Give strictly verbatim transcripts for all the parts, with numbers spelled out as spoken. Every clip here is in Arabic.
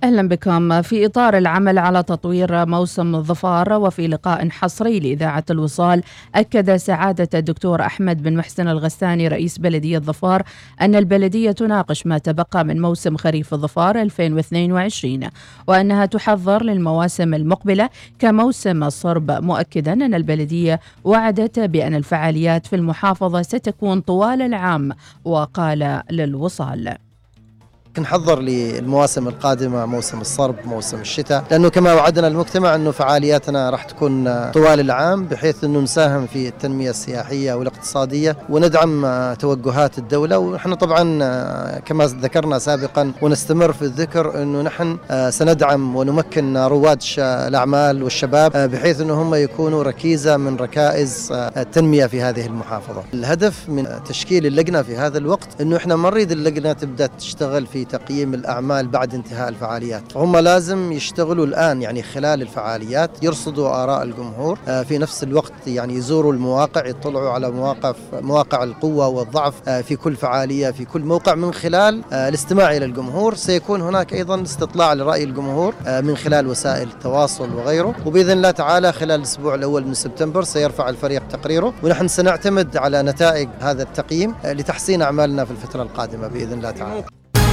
أهلا بكم. في إطار العمل على تطوير موسم الظفار وفي لقاء حصري لإذاعة الوصال، أكد سعادة الدكتور أحمد بن محسن الغساني رئيس بلدية ظفار أن البلدية تناقش ما تبقى من موسم خريف الظفار ألفين واثنين وعشرين وأنها تحضر للمواسم المقبلة كموسم الصرب، مؤكدا أن البلدية وعدت بأن الفعاليات في المحافظة ستكون طوال العام. وقال للوصال: نحضر للمواسم القادمة، موسم الصرب، موسم الشتاء، لأنه كما وعدنا المجتمع أنه فعالياتنا راح تكون طوال العام بحيث أنه نساهم في التنمية السياحية والاقتصادية وندعم توجهات الدولة. ونحن طبعا كما ذكرنا سابقا ونستمر في الذكر أنه نحن سندعم ونمكن رواد الأعمال والشباب بحيث أنه هم يكونوا ركيزة من ركائز التنمية في هذه المحافظة. الهدف من تشكيل اللجنة في هذا الوقت أنه إحنا ما نريد اللجنة تبدأ تشتغل في تقييم الأعمال بعد انتهاء الفعاليات، هم لازم يشتغلوا الآن، يعني خلال الفعاليات يرصدوا آراء الجمهور، في نفس الوقت يعني يزوروا المواقع، يطلعوا على مواقع مواقع القوة والضعف في كل فعالية في كل موقع. من خلال الاستماع إلى الجمهور سيكون هناك أيضا استطلاع لرأي الجمهور من خلال وسائل التواصل وغيره، وبإذن الله تعالى خلال الأسبوع الأول من سبتمبر سيرفع الفريق تقريره، ونحن سنعتمد على نتائج هذا التقييم لتحسين أعمالنا في الفترة القادمة بإذن الله تعالى.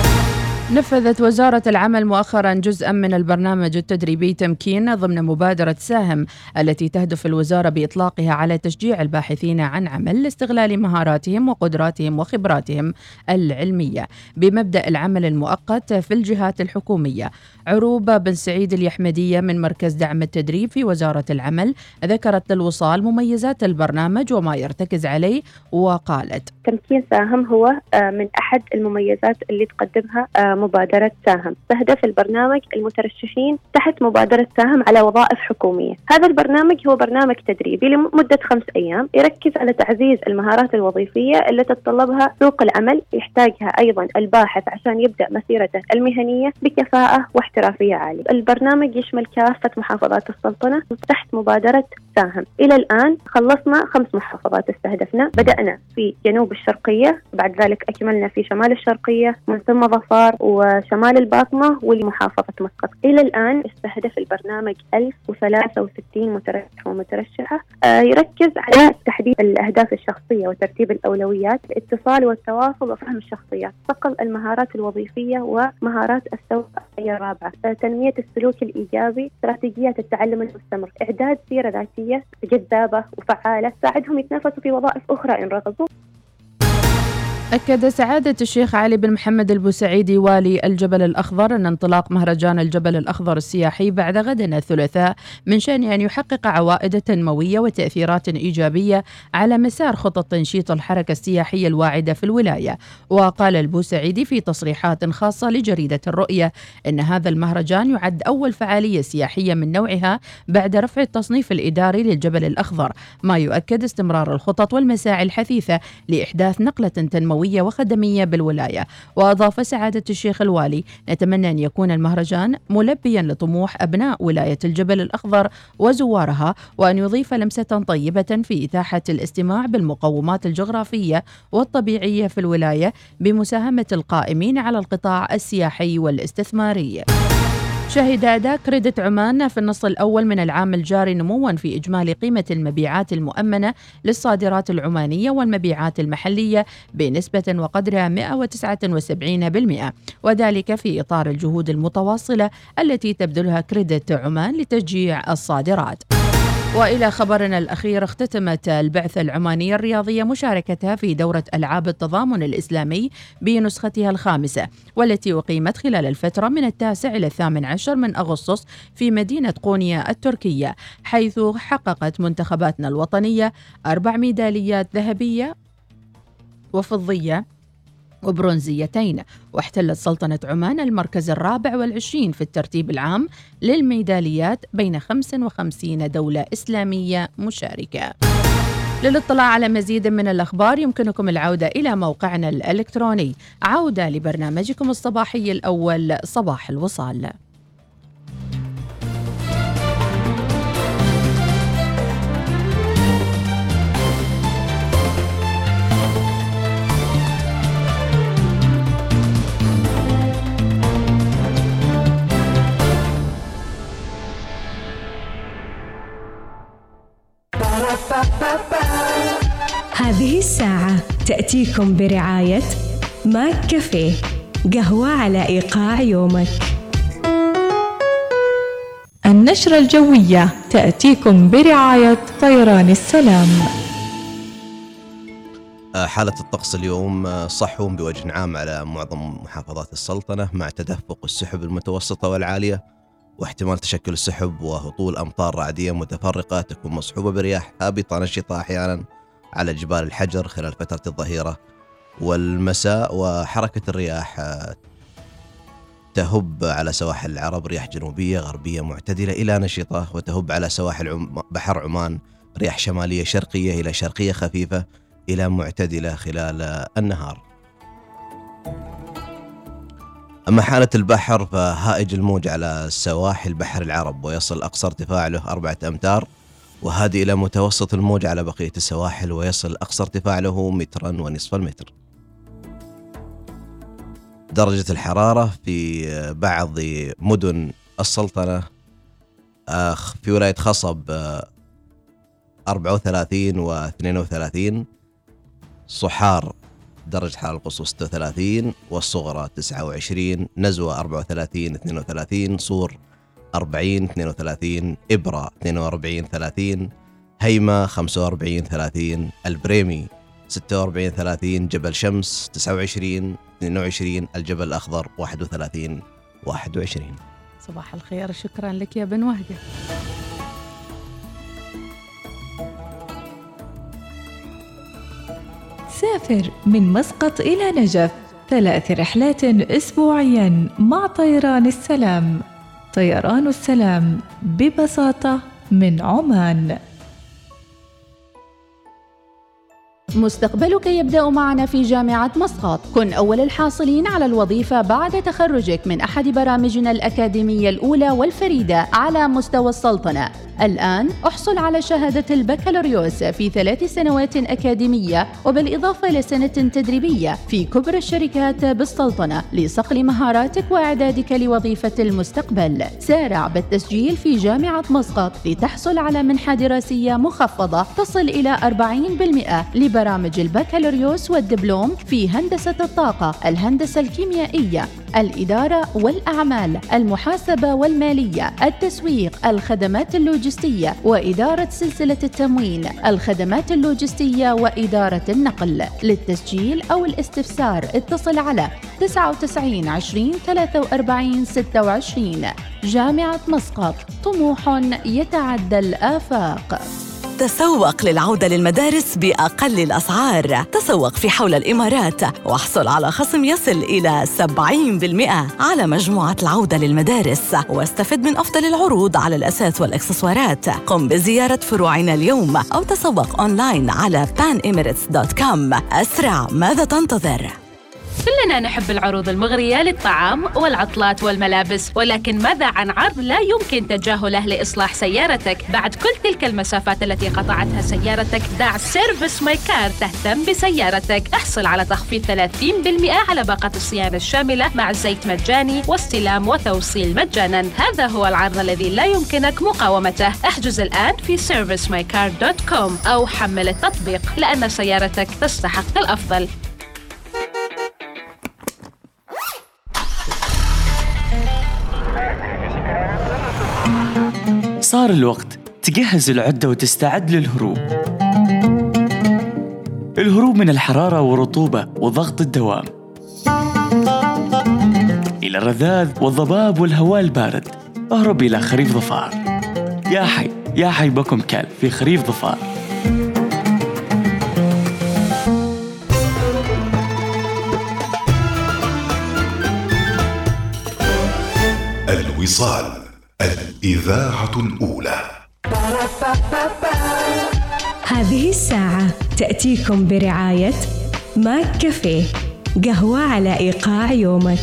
نفذت وزارة العمل مؤخرا جزءا من البرنامج التدريبي تمكين ضمن مبادرة ساهم، التي تهدف الوزارة بإطلاقها على تشجيع الباحثين عن عمل لاستغلال مهاراتهم وقدراتهم وخبراتهم العلمية بمبدأ العمل المؤقت في الجهات الحكومية. عروبة بن سعيد اليحمدية من مركز دعم التدريب في وزارة العمل ذكرت للوصال مميزات البرنامج وما يرتكز عليه وقالت: تمكين ساهم هو من أحد المميزات اللي تقدمها مبادرة ساهم. تهدف البرنامج المترشحين تحت مبادرة ساهم على وظائف حكومية. هذا البرنامج هو برنامج تدريبي لمدة خمس أيام يركز على تعزيز المهارات الوظيفية اللي تتطلبها سوق العمل، يحتاجها أيضا الباحث عشان يبدأ مسيرته المهنية بكفاءة واحترافية عالية. البرنامج يشمل كافة محافظات السلطنة تحت مبادرة ساهم. إلى الآن خلصنا خمس محافظات استهدفنا، بدأنا في جنوب الشرقية، بعد ذلك أكملنا في شمال الشرقية، من ثم ظفار وشمال الباطنة ولمحافظة مسقط. إلى الآن استهدف البرنامج ألف وثلاثة وستين مترشح ومترشحة. آه يركز على تحديد الأهداف الشخصية وترتيب الأولويات، الاتصال والتواصل وفهم الشخصيات، صقل المهارات الوظيفية ومهارات التوعية الرابعة، آه تنمية السلوك الإيجابي، استراتيجيات التعلم المستمر، إعداد سيرة ذاتية جذابة وفعالة تساعدهم يتنافسوا في وظائف أخرى إن رغبوا. أكد سعادة الشيخ علي بن محمد البوسعيدي والي الجبل الأخضر أن انطلاق مهرجان الجبل الأخضر السياحي بعد غد الثلاثاء من شأن أن يحقق عوائد تنموية وتأثيرات إيجابية على مسار خطط تنشيط الحركة السياحية الواعدة في الولاية. وقال البوسعيدي في تصريحات خاصة لجريدة الرؤية أن هذا المهرجان يعد أول فعالية سياحية من نوعها بعد رفع التصنيف الإداري للجبل الأخضر، ما يؤكد استمرار الخطط والمساعي الحثيثة لإحداث نقلة تنموية وخدمية بالولاية. وأضاف سعادة الشيخ الوالي: نتمنى أن يكون المهرجان ملبيا لطموح أبناء ولاية الجبل الأخضر وزوارها، وأن يضيف لمسة طيبة في إتاحة الاستماع بالمقومات الجغرافية والطبيعية في الولاية بمساهمة القائمين على القطاع السياحي والاستثماري. شهد أداء كريدت عمان في النصف الأول من العام الجاري نمواً في إجمالي قيمة المبيعات المؤمنة للصادرات العمانية والمبيعات المحلية بنسبة وقدرها مئة وتسعة وسبعين بالمئة، وذلك في إطار الجهود المتواصلة التي تبذلها كريدت عمان لتشجيع الصادرات. وإلى خبرنا الأخير، اختتمت البعثة العمانية الرياضية مشاركتها في دورة ألعاب التضامن الإسلامي بنسختها الخامسة، والتي أقيمت خلال الفترة من التاسع إلى الثامن عشر من أغسطس في مدينة قونيا التركية، حيث حققت منتخباتنا الوطنية أربع ميداليات ذهبية وفضية وبرونزيتين، واحتلت سلطنة عمان المركز الرابع والعشرين في الترتيب العام للميداليات بين خمس وخمسين دولة إسلامية مشاركة. للاطلاع على مزيد من الأخبار يمكنكم العودة إلى موقعنا الإلكتروني. عودة لبرنامجكم الصباحي الأول صباح الوصال. هذه الساعة تأتيكم برعاية ماك كافيه، قهوة على إيقاع يومك. النشرة الجوية تأتيكم برعاية طيران السلام. حالة الطقس اليوم صحو بوجه عام على معظم محافظات السلطنة، مع تدفق السحب المتوسطة والعالية واحتمال تشكل السحب وهطول أمطار رعدية متفرقة تكون مصحوبة برياح هابطة نشطة أحيانا على جبال الحجر خلال فترة الظهيرة والمساء، وحركة الرياح تهب على سواحل العرب رياح جنوبية غربية معتدلة إلى نشطة، وتهب على سواحل عم بحر عمان رياح شمالية شرقية إلى شرقية خفيفة إلى معتدلة خلال النهار. أما حالة البحر فهائج الموج على سواحل بحر العرب ويصل أقصى ارتفاع له أربعة أمتار، وهادي إلى متوسط الموج على بقية السواحل ويصل أقصى ارتفاع له مترا ونصف المتر. درجة الحرارة في بعض مدن السلطنة في ولاية خصب أربعة وثلاثين واثنين وثلاثين، صحار درجة حرارة القصوى ستة وثلاثين والصغرى تسعة وعشرين، نزوة أربعة وثلاثين اثنين وثلاثين، صور أربعين اثنين وثلاثين، إبرة اثنين وأربعين ثلاثين، هيمة خمسة وأربعين ثلاثين، البريمي ستة وأربعين ثلاثين، جبل شمس تسعة وعشرين اثنين وعشرين، الجبل الأخضر واحد وثلاثين واحد وعشرين. صباح الخير، شكرا لك يا بن وهدة. سافر من مسقط إلى نجف، ثلاث رحلات أسبوعيا مع طيران السلام. طيران السلام ببساطة من عمان. مستقبلك يبدأ معنا في جامعة مسقط. كن أول الحاصلين على الوظيفة بعد تخرجك من أحد برامجنا الأكاديمية الأولى والفريدة على مستوى السلطنة. الآن احصل على شهادة البكالوريوس في ثلاث سنوات أكاديمية، وبالإضافة لسنة تدريبية في كبرى الشركات بالسلطنة لصقل مهاراتك وإعدادك لوظيفة المستقبل. سارع بالتسجيل في جامعة مسقط لتحصل على منحة دراسية مخفضة تصل إلى أربعين بالمئة لبرامج البكالوريوس والدبلوم في هندسة الطاقة، الهندسة الكيميائية، الإدارة والأعمال، المحاسبة والمالية، التسويق، الخدمات اللوجستية وإدارة سلسلة التموين، الخدمات اللوجستية وإدارة النقل. للتسجيل أو الاستفسار اتصل على تسعة وتسعين عشرين ثلاثة وأربعين ستة وعشرين. جامعة مسقط، طموح يتعدى الآفاق. تسوق للعودة للمدارس بأقل الأسعار. تسوق في حول الإمارات واحصل على خصم يصل إلى سبعين بالمئة على مجموعة العودة للمدارس، واستفد من أفضل العروض على الأثاث والإكسسوارات. قم بزيارة فروعنا اليوم أو تسوق أونلاين على بان إميريتس دوت كوم. أسرع، ماذا تنتظر؟ كلنا نحب العروض المغرية للطعام والعطلات والملابس، ولكن ماذا عن عرض لا يمكن تجاهله لإصلاح سيارتك؟ بعد كل تلك المسافات التي قطعتها سيارتك، دع سيرفيس ماي كار تهتم بسيارتك. احصل على تخفيض ثلاثين بالمئة على باقة الصيانة الشاملة مع زيت مجاني واستلام وتوصيل مجانا. هذا هو العرض الذي لا يمكنك مقاومته. احجز الآن في سيرفيس ماي كار دوت كوم أو حمل التطبيق، لأن سيارتك تستحق الأفضل. صار الوقت تجهز العدة وتستعد للهروب. الهروب من الحرارة والرطوبة وضغط الدوام إلى الرذاذ والضباب والهواء البارد. اهرب إلى خريف ظفار. يا حي يا حي بكم كلب في خريف ظفار. الوصال، الإذاعة الأولى. هذه الساعة تأتيكم برعاية ماك كافيه، قهوة على إيقاع يومك.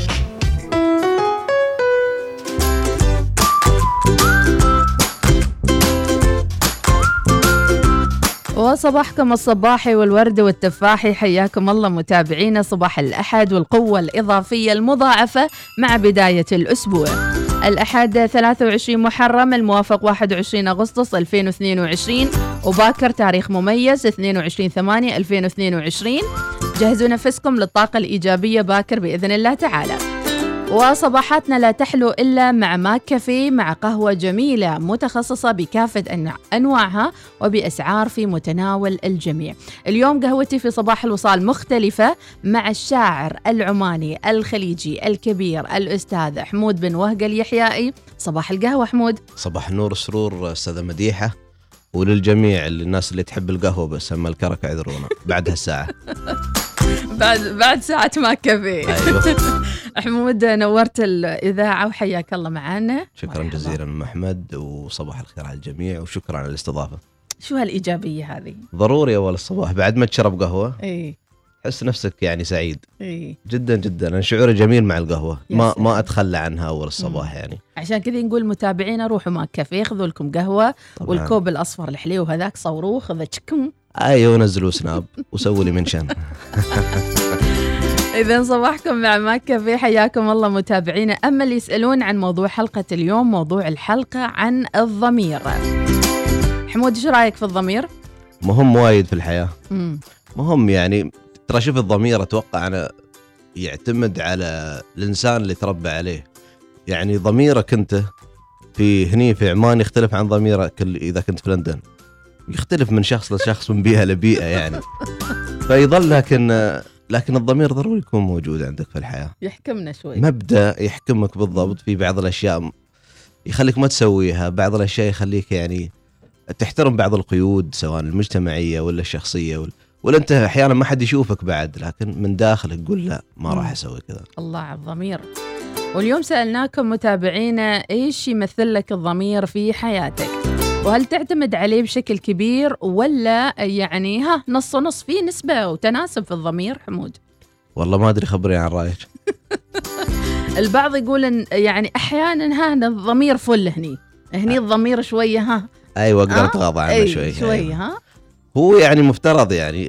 وصباحكم الصباحي والورد والتفاحي، حياكم الله متابعينا. صباح الأحد والقوة الإضافية المضاعفة مع بداية الأسبوع. الأحد ثلاثة وعشرين محرم الموافق واحد وعشرين أغسطس ألفين واثنين وعشرين، وباكر تاريخ مميز اثنين وعشرين ثمانية ألفين واثنين وعشرين. جهزوا نفسكم للطاقة الإيجابية باكر بإذن الله تعالى. وصباحاتنا لا تحلو إلا مع ماك كافيه، مع قهوة جميلة متخصصة بكافة أنواعها وبأسعار في متناول الجميع. اليوم قهوتي في صباح الوصال مختلفة مع الشاعر العماني الخليجي الكبير الأستاذ حمود بن وهقة اليحيائي. صباح القهوة حمود. صباح النور والسرور أستاذة مديحة، وللجميع الناس اللي تحب القهوة بس أما الكرك عذرونا بعد هالساعة. بعد بعد ساعة ماك كافيه. أيوه. حمود نورت الإذاعة وحياك الله معنا. شكرا جزيلا أم أحمد، وصباح الخير على الجميع وشكرا على الاستضافة. شو هالإيجابية هذه؟ ضروري أول الصباح بعد ما تشرب قهوة. إيه. حس نفسك يعني سعيد. إيه. جدا جدا، أنا شعوري جميل مع القهوة، ما ما أتخلى عنها أول الصباح. مم. يعني عشان كذا نقول متابعينا روحوا ماك كافيه، خذوا لكم قهوة طبعاً. والكوب الأصفر الحليو هذاك صوروه، خذوا تشكم. أيوة نزلوا سناب وسووا لي منشن. إذن صباحكم مع ماك كافيه، حياكم الله متابعينا. أما اللي يسألون عن موضوع حلقة اليوم، موضوع الحلقة عن الضمير. حمود ايش رأيك في الضمير؟ مهم وايد في الحياة. مم. مهم يعني ترى شوف الضمير أتوقع أنا يعتمد على الإنسان اللي تربى عليه. يعني ضميرك أنت في هني في عمان يختلف عن ضميرك إذا كنت في لندن، يختلف من شخص لشخص من بيئة لبيئة يعني. فيظل لكن لكن الضمير ضروري يكون موجود عندك في الحياة، يحكمنا شوي، مبدأ يحكمك بالضبط. في بعض الأشياء يخليك ما تسويها، بعض الأشياء يخليك يعني تحترم بعض القيود سواء المجتمعية ولا الشخصية ولا, ولا أنت أحيانا ما حد يشوفك بعد، لكن من داخلك تقول لا ما راح أسوي كذا. الله على الضمير. واليوم سألناكم متابعينا إيش يمثل لك الضمير في حياتك، وهل تعتمد عليه بشكل كبير ولا يعني ها نص ونص؟ في نسبة وتناسب في الضمير حمود؟ والله ما أدري، خبري عن رأيك. البعض يقول إن يعني أحيانا ها الضمير فل هني هني الضمير شوية ها أيوة أقدر أتغاضى عنه أي شوي شوي أيوة. ها هو يعني مفترض يعني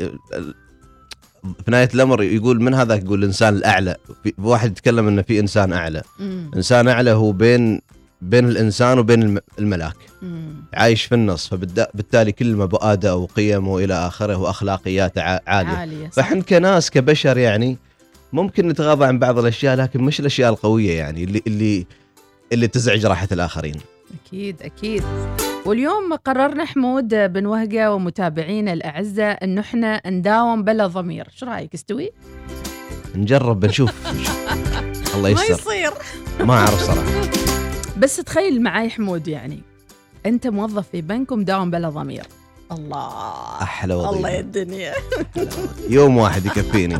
في نهاية الأمر يقول من هذا يقول الإنسان الأعلى، في واحد يتكلم إنه في إنسان أعلى. مم. إنسان أعلى هو بين بين الإنسان وبين الملاك. مم. عايش في النص، فبالتالي كل مبادئه وقيمه وإلى آخره وأخلاقياته عالية, عالية. فإحنا كناس كبشر يعني ممكن نتغاضى عن بعض الأشياء، لكن مش الأشياء القوية يعني اللي اللي اللي تزعج راحة الآخرين. أكيد أكيد. واليوم قررنا حمود بن وهقة ومتابعينا الأعزاء إنه إحنا نداوم بلا ضمير. شو رأيك استوي؟ نجرب بنشوف. الله يستر. ما يصير. ما أعرف صراحة. بس تخيل معاي حمود، يعني أنت موظف في بنك ومداوم بلا ضمير. الله أحلى وظيفة. الله يا الدنيا. يوم واحد يكفيني.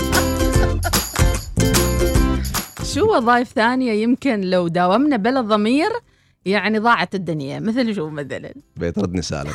شو وظائف ثانية يمكن لو داومنا بلا ضمير يعني ضاعت الدنيا؟ مثل شو مثلا؟ بيت ردني سالم.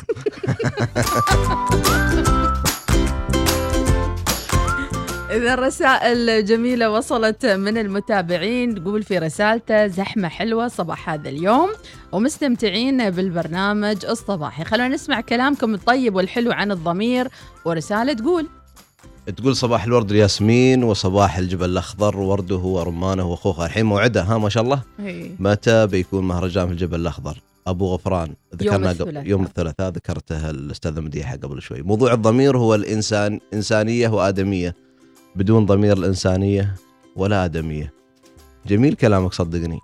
إذا الرسائل جميلة وصلت من المتابعين، تقول في رسالته زحمة حلوة صباح هذا اليوم ومستمتعين بالبرنامج الصباحي. خلونا نسمع كلامكم الطيب والحلو عن الضمير. ورسالة تقول تقول صباح الورد الياسمين وصباح الجبل الأخضر، ورده ورمانه وخوخه. الحين موعده ها ما شاء الله. هي. متى بيكون مهرجان في الجبل الأخضر؟ أبو غفران ذكرنا يوم, يوم الثلاثاء، ذكرتها الأستاذة مديحة قبل شوي. موضوع الضمير هو الإنسان، إنسانية وآدمية، بدون ضمير الإنسانية ولا آدمية. جميل كلامك صدقني.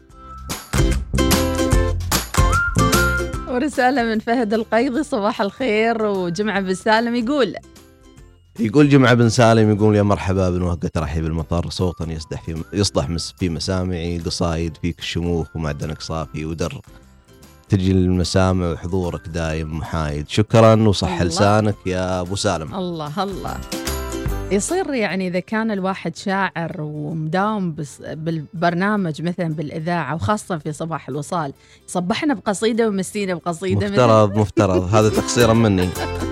ورسالة من فهد القيضي صباح الخير وجمعة بالسالم، يقول يقول جمعة بن سالم يقول يا مرحبا بن وهقة ترحيب المطر، صوتا يصدح في يصدح في مسامعي، قصايد فيك الشموخ ومعدنك صافي ودر، تجي المسامع وحضورك دايم محايد. شكرا وصح لسانك يا أبو سالم. الله الله. يصير يعني إذا كان الواحد شاعر ومداوم بالبرنامج مثلا بالإذاعة وخاصة في صباح الوصال، صبحنا بقصيدة ومسينا بقصيدة. مفترض مفترض هذا تقصيرا مني.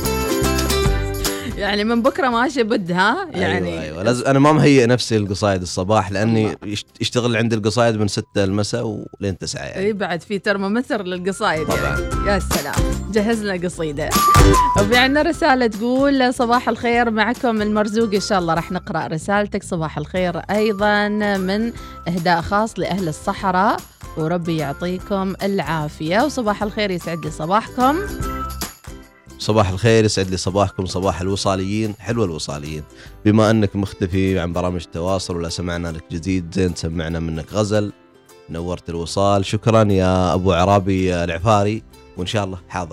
يعني من بكرة ماشي بدها يعني. أيوة أيوة. لازم أنا ما مهيئ نفسي القصايد الصباح، لأني يشتغل عندي القصايد من ستة المساء ولين تسعة يعني. إيه بعد في ترمومتر للقصايد طبعا. يعني. يا سلام جهز لنا قصيدة. وفي عندنا رسالة تقول صباح الخير، معكم المرزوق إن شاء الله راح نقرأ رسالتك. صباح الخير أيضا من إهداء خاص لأهل الصحراء وربي يعطيكم العافية. وصباح الخير، يسعد لي صباحكم. صباح الخير، يسعد لي صباحكم، صباح الوصاليين. حلوة الوصاليين، بما أنك مختفي عن برامج التواصل ولا سمعنا لك جديد زين سمعنا منك غزل، نورت الوصال. شكرا يا أبو عرابي العفاري، وإن شاء الله حاضر.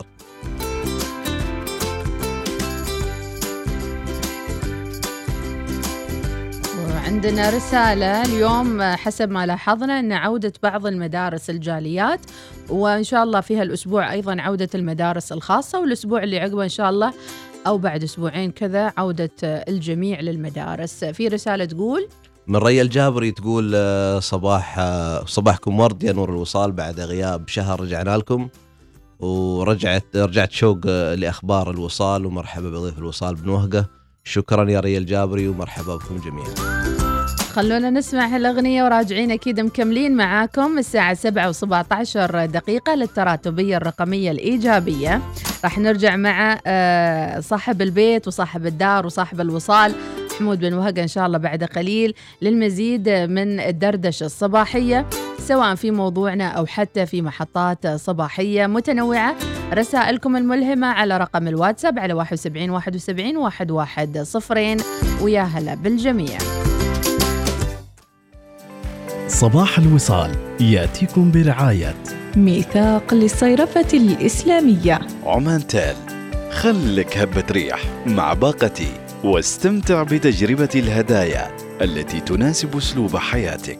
عندنا رسالة اليوم حسب ما لاحظنا أن عودة بعض المدارس الجاليات، وإن شاء الله فيها الأسبوع أيضا عودة المدارس الخاصة، والأسبوع اللي عقبه إن شاء الله أو بعد أسبوعين كذا عودة الجميع للمدارس. في رسالة تقول من ريا الجابري، تقول صباح صباحكم ورد يا نور الوصال، بعد غياب شهر رجعنا لكم، ورجعت رجعت شوق لأخبار الوصال، ومرحبا بضيف الوصال بن وهقة. شكرا يا ريا الجابري ومرحبا بكم جميعا. خلونا نسمع هالأغنية وراجعين أكيد مكملين معاكم الساعة سبعة وسبعة عشر دقيقة للتراتبية الرقمية الإيجابية. راح نرجع مع صاحب البيت وصاحب الدار وصاحب الوصال حمود بن وهقة إن شاء الله بعد قليل للمزيد من الدردشة الصباحية، سواء في موضوعنا أو حتى في محطات صباحية متنوعة. رسائلكم الملهمة على رقم الواتساب على واحد وسبعين واحد وسبعين واحد واحد صفرين، ويا هلا بالجميع. صباح الوصال يأتيكم برعاية ميثاق للصيرفة الإسلامية، عمان تال، خلك هبة ريح مع باقتي، واستمتع بتجربة الهدايا التي تناسب أسلوب حياتك.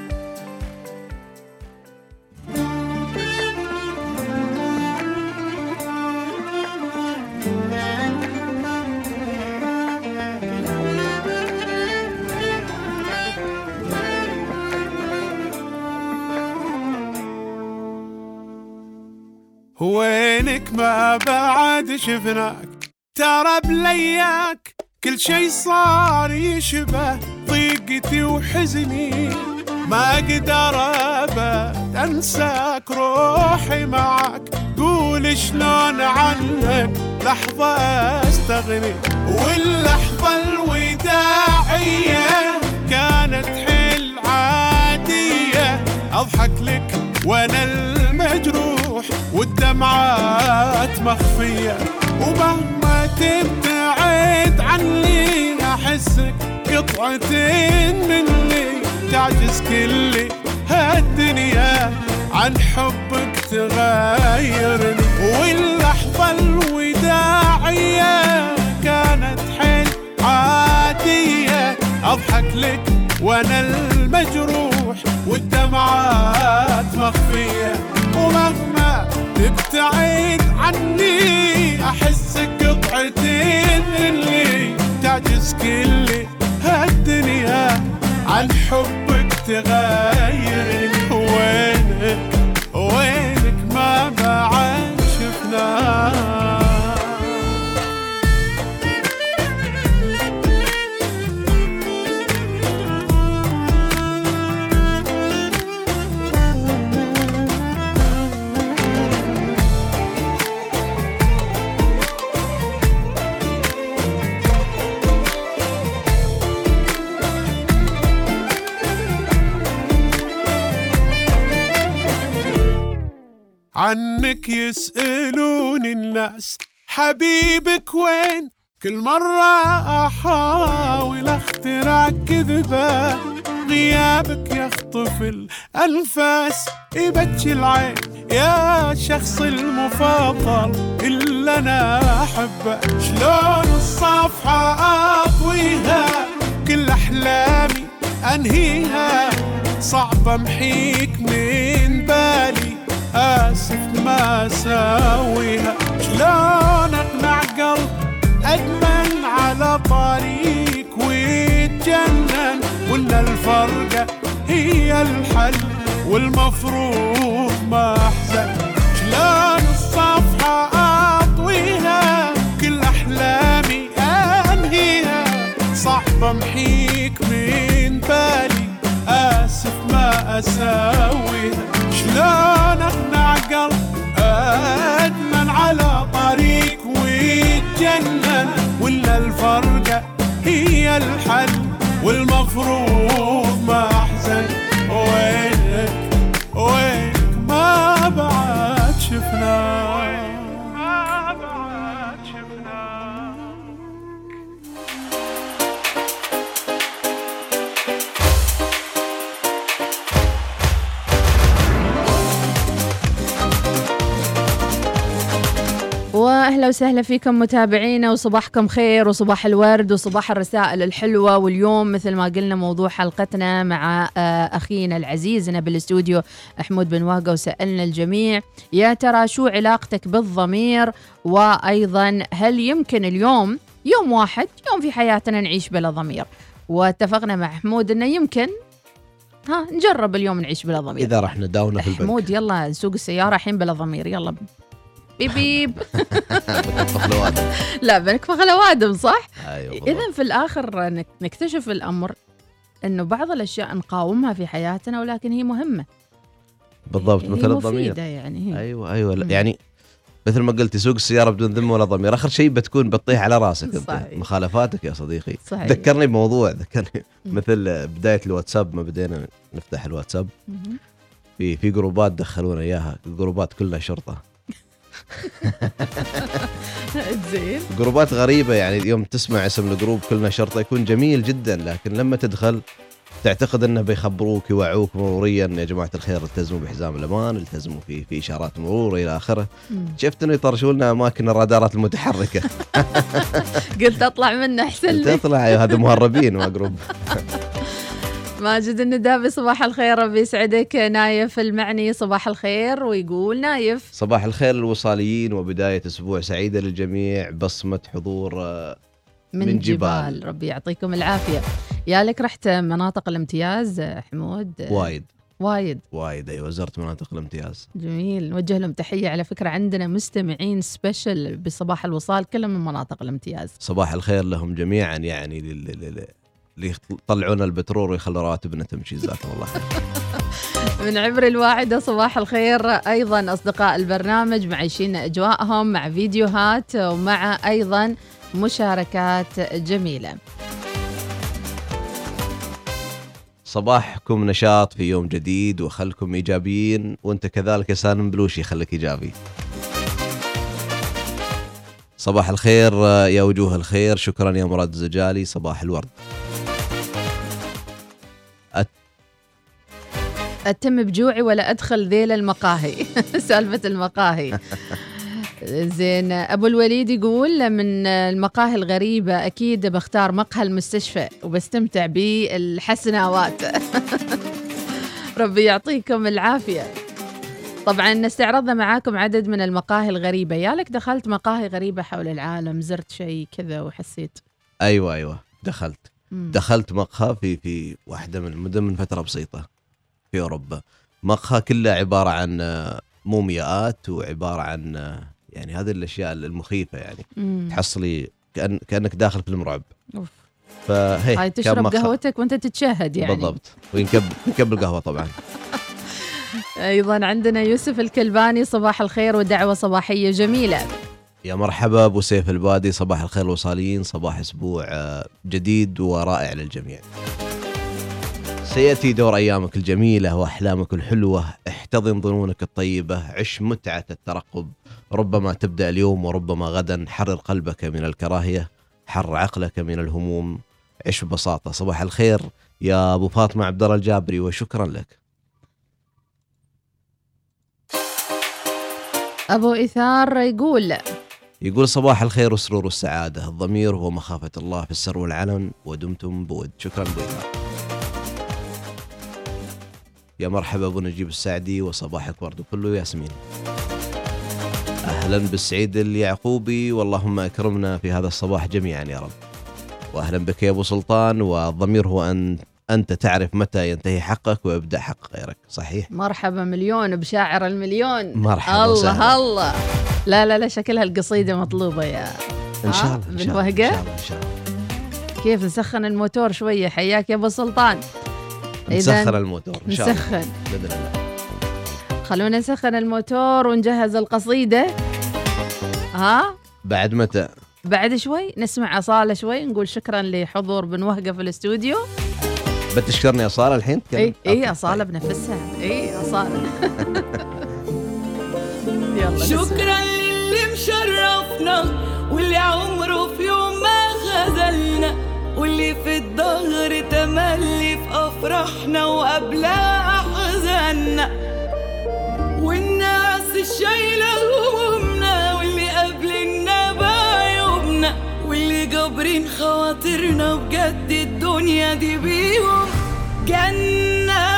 وينك ما بعد شفناك، ترى بلياك كل شي صار يشبه ضيقتي وحزني، ما اقدر ابد انساك روحي معك، قول شلون عنك لحظة استغني. واللحظة الوداعية كانت حل عادية، اضحك لك وانا المجروح والدمعات مخفية، ومهما تبتعد عني أحسك قطعتين مني، تعجز كل هالدنيا عن حبك تغيرني. واللحظة الوداعية كانت حيل عادية، أضحك لك وأنا المجروح والدمعات مخفية، ومهما تبتعد عني أحسك قطعتين اللي تعجز كل هالدنيا عن حبك تغيرني. وينك وينك ما بعد شفناك. عنك يسألون الناس حبيبك وين، كل مرة أحاول اخترع كذبة، غيابك يخطف الأنفاس يبكي العين، يا شخص المفضل اللي أنا أحبه. شلون الصفحة أطويها كل أحلامي أنهيها، صعب أمحيك من بالي آسف ما أساويها. شلون أقنع قلب أدمن على طريق ويتجنن، ولا الفرقة هي الحل والمفروض ما أحزن. شلون الصفحة أطويها كل أحلامي أنهيها، صعب أمحيك من بالي آسف ما أساويها. شلون أقنع قلب أدمن على طريق ويتجنن، ولا الفرقة هي الحل والمفروض ما أحزن. وينك وينك شفنا ما بعد شفنا. واهلا وسهلا فيكم متابعينا، وصباحكم خير وصباح الورد وصباح الرسائل الحلوه. واليوم مثل ما قلنا موضوع حلقتنا مع اخينا العزيز هنا بالاستوديو حمود بن واقة، وسالنا الجميع يا ترى شو علاقتك بالضمير، وايضا هل يمكن اليوم يوم واحد يوم في حياتنا نعيش بلا ضمير؟ واتفقنا مع حمود انه يمكن ها نجرب اليوم نعيش بلا ضمير اذا رحنا داونا في البنك. حمود يلا نسوق السياره الحين بلا ضمير، يلا بيب بيب بنكفخ لوادم. لا بنكفخ لوادم صح. أيوة إذن في الآخر نكتشف الأمر أنه بعض الأشياء نقاومها في حياتنا ولكن هي مهمة. بالضبط مثل الضمير يعني هي. أيوة أيوة م. يعني مثل ما قلت سوق السيارة بدون ذمة ولا ضمير، آخر شيء بتكون بتطيح على راسك أنت مخالفاتك يا صديقي. صحيح. ذكرني بموضوع ذكرني م. مثل بداية الواتساب، ما بدينا نفتح الواتساب م. في في جروبات دخلونا إياها، الجروبات كلها شرطة. زين. جروبات غريبة، يعني يوم تسمع اسم الجروب كلنا شرطة يكون جميل جدا، لكن لما تدخل تعتقد انه بيخبروك يوعوك مروريا يا جماعة الخير التزموا بحزام الأمان، التزموا في في إشارات مرور إلى آخره. شفت انه يطرشوا لنا أماكن الرادارات المتحركة. قلت أطلع منه أحسن لي. تطلع هذا مهربين ما جروب. ماجد الندابي صباح الخير، ربي يسعدك. نايف المعني صباح الخير، ويقول نايف صباح الخير للوصاليين وبداية أسبوع سعيدة للجميع، بصمة حضور من, من جبال. جبال. ربي يعطيكم العافية. يا لك رحت مناطق الامتياز حمود؟ وايد وايد وايد أيوة زرت مناطق الامتياز. جميل، نوجه لهم تحية. على فكرة عندنا مستمعين سبيشل بصباح الوصال كلهم من مناطق الامتياز. صباح الخير لهم جميعا، يعني لل اللي يطلعون البترول ويخلوا رواتبنا تمشي، جزاكم الله خير. من عبر الواعدة صباح الخير، أيضا أصدقاء البرنامج معيشين أجواءهم مع فيديوهات ومع أيضا مشاركات جميلة. صباحكم نشاط في يوم جديد وخلكم إيجابيين، وانت كذلك يا سالم بلوشي خلك إيجابي. صباح الخير يا وجوه الخير، شكرا يا مراد الزجالي، صباح الورد. أت... أتم بجوعي ولا أدخل ذيل المقاهي. سالفة المقاهي. زين. أبو الوليد يقول من المقاهي الغريبة أكيد بختار مقهى المستشفى وبستمتع بالحسناوات. ربي يعطيكم العافية. طبعا استعرضنا معاكم عدد من المقاهي الغريبة. يالك دخلت مقاهي غريبة حول العالم، زرت شيء كذا وحسيت؟ أيوة أيوة دخلت مم. دخلت مقهى في في واحدة من المدن من فترة بسيطة في أوروبا. مقهى كله عبارة عن مومياءات وعبارة عن يعني هذه الأشياء المخيفة، يعني مم. تحصلي كأن كأنك داخل فيلم رعب. أوف. فهي هاي تشرب قهوتك وانت تتشهد يعني. بالضبط، وينكب ينكب القهوة طبعا. أيضا عندنا يوسف الكلباني صباح الخير ودعوة صباحية جميلة. يا مرحبا أبو سيف البادي، صباح الخير الوصاليين، صباح أسبوع جديد ورائع للجميع. سيأتي دور أيامك الجميلة وأحلامك الحلوة، احتضن ظنونك الطيبة، عش متعة الترقب، ربما تبدأ اليوم وربما غدا، حرر قلبك من الكراهية، حرر عقلك من الهموم، عش ببساطة. صباح الخير يا أبو فاطمة عبد الله الجابري وشكرا لك. أبو إثار يقول يقول صباح الخير والسرور والسعادة، الضمير هو مخافة الله في السر والعلن، ودمتم بود. شكرا أبو إثار. يا مرحبا أبو نجيب السعدي، وصباحك ورد كله ياسمين. أهلا بالسعيد اليعقوبي، واللهم أكرمنا في هذا الصباح جميعا يا رب. وأهلا بك يا أبو سلطان. والضمير هو أن أنت تعرف متى ينتهي حقك ويبدأ حق غيرك. صحيح. مرحبا مليون بشاعر المليون. مرحبا الله سهلا. الله. لا لا لا شكلها القصيدة مطلوبة يا إن شاء الله. بن وهقة. إن شاء الله. كيف نسخن الموتور شوية؟ حياك يا أبو سلطان. نسخن الموتور إن شاء الله. نسخن بإذن الله. خلونا نسخن الموتور ونجهز القصيدة. ها بعد متى؟ بعد شوي نسمع أصالة شوي، نقول شكرا لحضور بن وهقة في الاستوديو. بتشكرني أصالة الحين؟ اي اي أصالة بنفسها. اي أصالة. يلا شكرا للي مشرفنا واللي عمره في يوم ما خذلنا واللي في الظهر تملي في أفراحنا وقبلها أحزاننا والناس الشايلة همومنا واللي قابلنا بعيوبنا واللي جابرين خواطرنا بجد الدنيا دي بيهم جنة.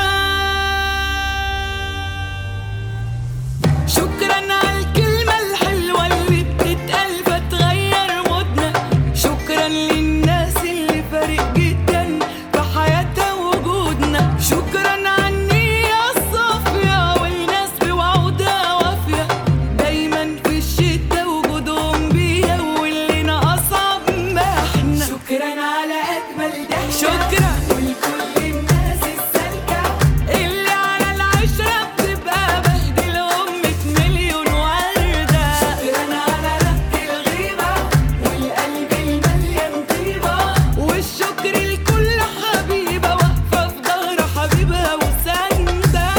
شكرا على الكلمة الحلوة اللي بتتقال فتغير مودنا شكرا للناس اللي فارق جدا في حياتها وجودنا شكرا على النية الصافية والناس بوعودها وافية دايما في الشدة وجودهم بيها واللي ناقصها بمحنا شكرا على أجمل ضحكة شكرا ولكل الناس السالكة اللي على العشرة بتبقى بهدلهم مية مليون وردة شكرا على ربط الغيبة والقلب المليان طيبة والشكر لكل حبيبة واقفة في ظهر حبيبها وساندة.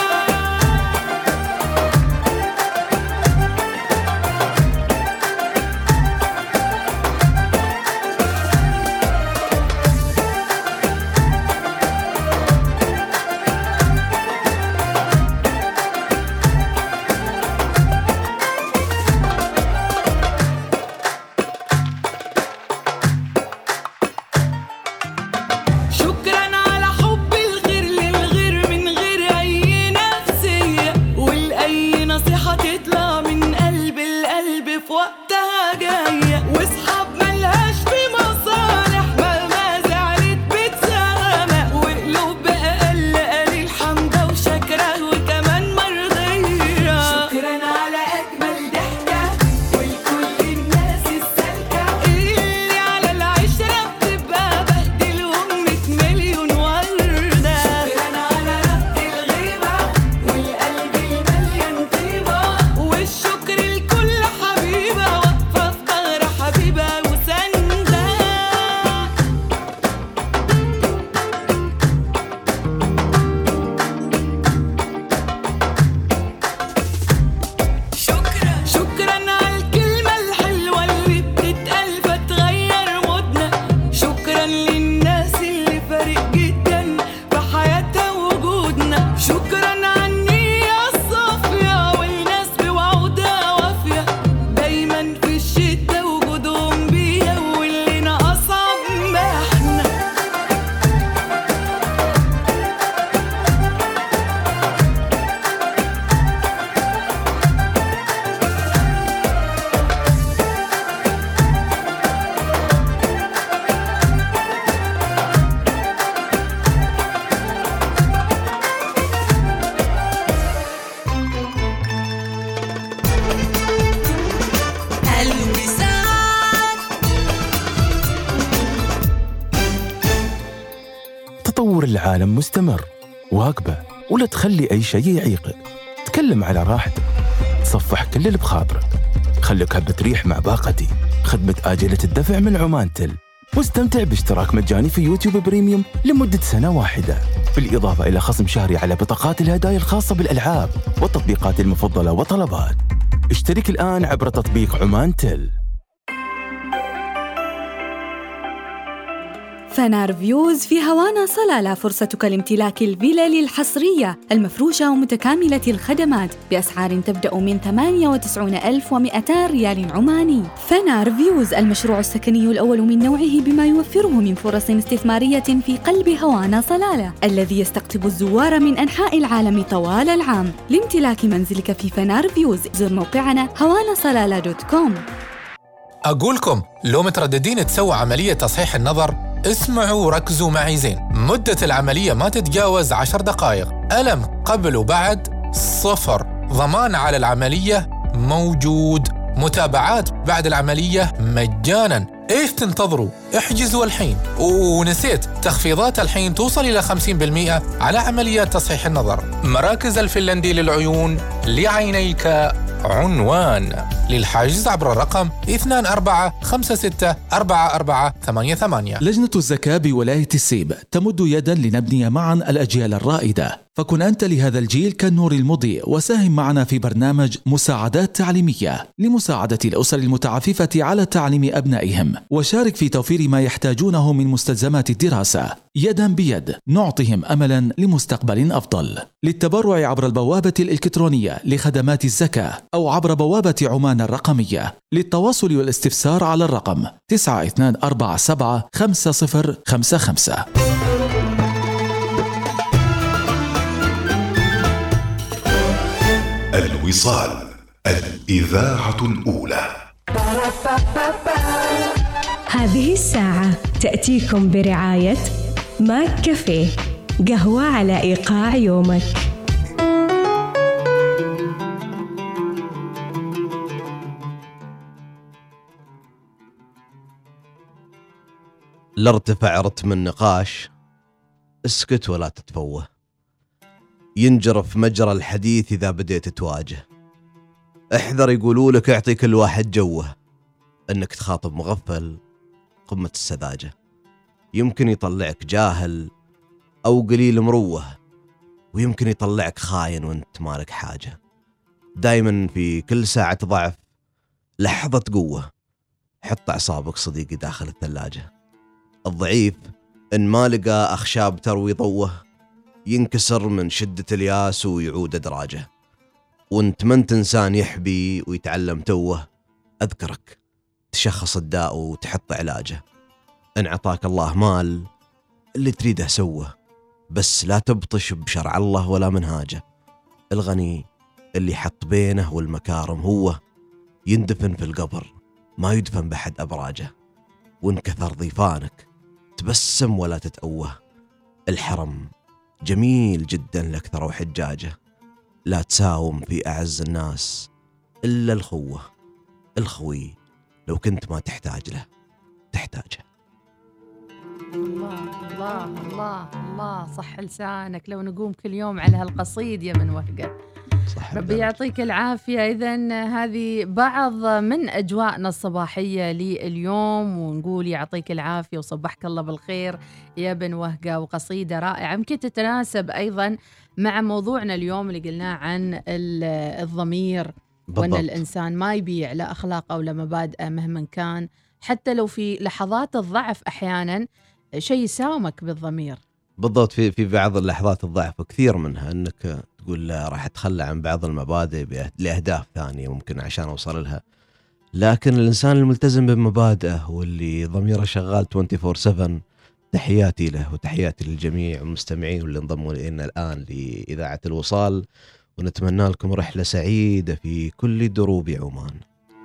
شكرا على حب الغير للغير من غير أي نفسية والأي نصيحة تطلع من قلب القلب في وقتها جاية وصحاب ملهاش في مصالح مهما زعلت بتسامح وقلوب بأقل قليل حمدة وشكرة وكمان مرضية شكرا على أجمل ضحكة ولكل الناس السالكة اللي على العشرة بتبقى بهدلهم مية مليون وردة شكرا على ربط الغيبة والقلب المليان طيبة والشكر لكل حبيبة واقفة في ظهر حبيبها وساندة. شكرا شكرا على الكلمة الحلوة اللي بتتقال فتغير مودنا شكرا للناس اللي فارق جدا في حياتها وجودنا شكرا على النية الصافية والناس بوعودها وافية دايما في الشدة وجودهم بيها واللي ناقصها بمحنا تطور العالم مستمر، واقبه ولا تخلي أي شيء يعيقك. تكلم على راحتك، تصفح كل اللي بخاطرك. خلك هبة ريح مع باقتي، خدمة آجلة الدفع من عمان تل، واستمتع باشتراك مجاني في يوتيوب بريميوم لمدة سنة واحدة، بالإضافة إلى خصم شهري على بطاقات الهدايا الخاصة بالألعاب والتطبيقات المفضلة وطلبات. اشترك الآن عبر تطبيق عمان تل. فنار فيوز في هوانا صلالة، فرصتك لامتلاك الفلل الحصرية المفروشة ومتكاملة الخدمات بأسعار تبدأ من ثمانية وتسعين ألف ومئتين ريال عماني. فنار فيوز المشروع السكني الأول من نوعه بما يوفره من فرص استثمارية في قلب هوانا صلالة الذي يستقطب الزوار من أنحاء العالم طوال العام. لامتلاك منزلك في فنار فيوز زر موقعنا هوانا صلالة دوت كوم. أقولكم لو مترددين تسووا عملية تصحيح النظر، اسمعوا وركزوا معي زين. مدة العملية ما تتجاوز عشر دقائق. ألم قبل وبعد صفر. ضمان على العملية موجود. متابعات بعد العملية مجانا. ايش تنتظروا؟ احجزوا الحين. ونسيت، تخفيضات الحين توصل إلى خمسين بالمئة على عمليات تصحيح النظر. مراكز الفنلندي للعيون لعينيك عنوان. للحجز عبر الرقم اثنين أربعة خمسة ستة أربعة أربعة ثمانية ثمانية. لجنة الزكاة بولاية السيب تمد يدا لنبني معا الأجيال الرائدة. فكن أنت لهذا الجيل كالنور المضيء، وساهم معنا في برنامج مساعدات تعليمية لمساعدة الأسر المتعففة على تعليم أبنائهم، وشارك في توفير ما يحتاجونه من مستلزمات الدراسة. يدا بيد نعطيهم أملا لمستقبل أفضل. للتبرع عبر البوابة الإلكترونية لخدمات الزكاة أو عبر بوابة عمان الرقمية. للتواصل والاستفسار على الرقم تسعة اثنان أربعة سبعة خمسة صفر خمسة خمسة. الوصال، الإذاعة الأولى. هذه الساعة تأتيكم برعاية ماك كافيه، قهوة على إيقاع يومك. لا ارتفع رتم النقاش، اسكت ولا تتفوه، ينجرف مجرى الحديث إذا بديت تواجه. احذر يقولوا لك اعطي كل واحد جوه، انك تخاطب مغفل قمة السذاجة. يمكن يطلعك جاهل أو قليل مروه، ويمكن يطلعك خاين وانت مالك حاجة. دايما في كل ساعة ضعف لحظة قوة، حط أعصابك صديقي داخل الثلاجة. الضعيف إن ما لقى أخشاب تروي ضوه، ينكسر من شدة الياس ويعود أدراجه. وانت منت إنسان يحبي ويتعلم توه، أذكرك تشخص الداء وتحط علاجه. إن عطاك الله مال اللي تريده سوه، بس لا تبطش بشرع الله ولا منهاجه. الغني اللي حط بينه والمكارم هو، يندفن في القبر ما يدفن بحد أبراجه. وإن كثر ضيفانك تبسم ولا تتأوه. الحرم جميل جدا لأكثر حجاجه، لا تساوم في أعز الناس إلا الخوة. الخوي لو كنت ما تحتاج له تحتاجه. الله الله الله الله، صح لسانك لو نقوم كل يوم على هالقصيد يا من وهقة. ربي يعطيك العافية. إذن هذه بعض من أجواءنا الصباحية لليوم، ونقول يعطيك العافية وصبحك الله بالخير يا بن وهقة. وقصيدة رائعة يمكن تتناسب أيضا مع موضوعنا اليوم اللي قلناه عن الضمير، وأن الإنسان ما يبيع لا أخلاقه ولا مبادئه مهما كان، حتى لو في لحظات الضعف أحيانا شيء يساومك بالضمير. بالضبط. في في بعض اللحظات الضعف وكثير منها انك تقول لا راح اتخلى عن بعض المبادئ لاهداف ثانيه ممكن عشان اوصل لها. لكن الانسان الملتزم بمبادئه واللي ضميره شغال أربعة وعشرين سبعة، تحياتي له وتحياتي للجميع المستمعين واللي انضموا لنا الان لاذاعه الوصال، ونتمنى لكم رحله سعيده في كل دروب عمان.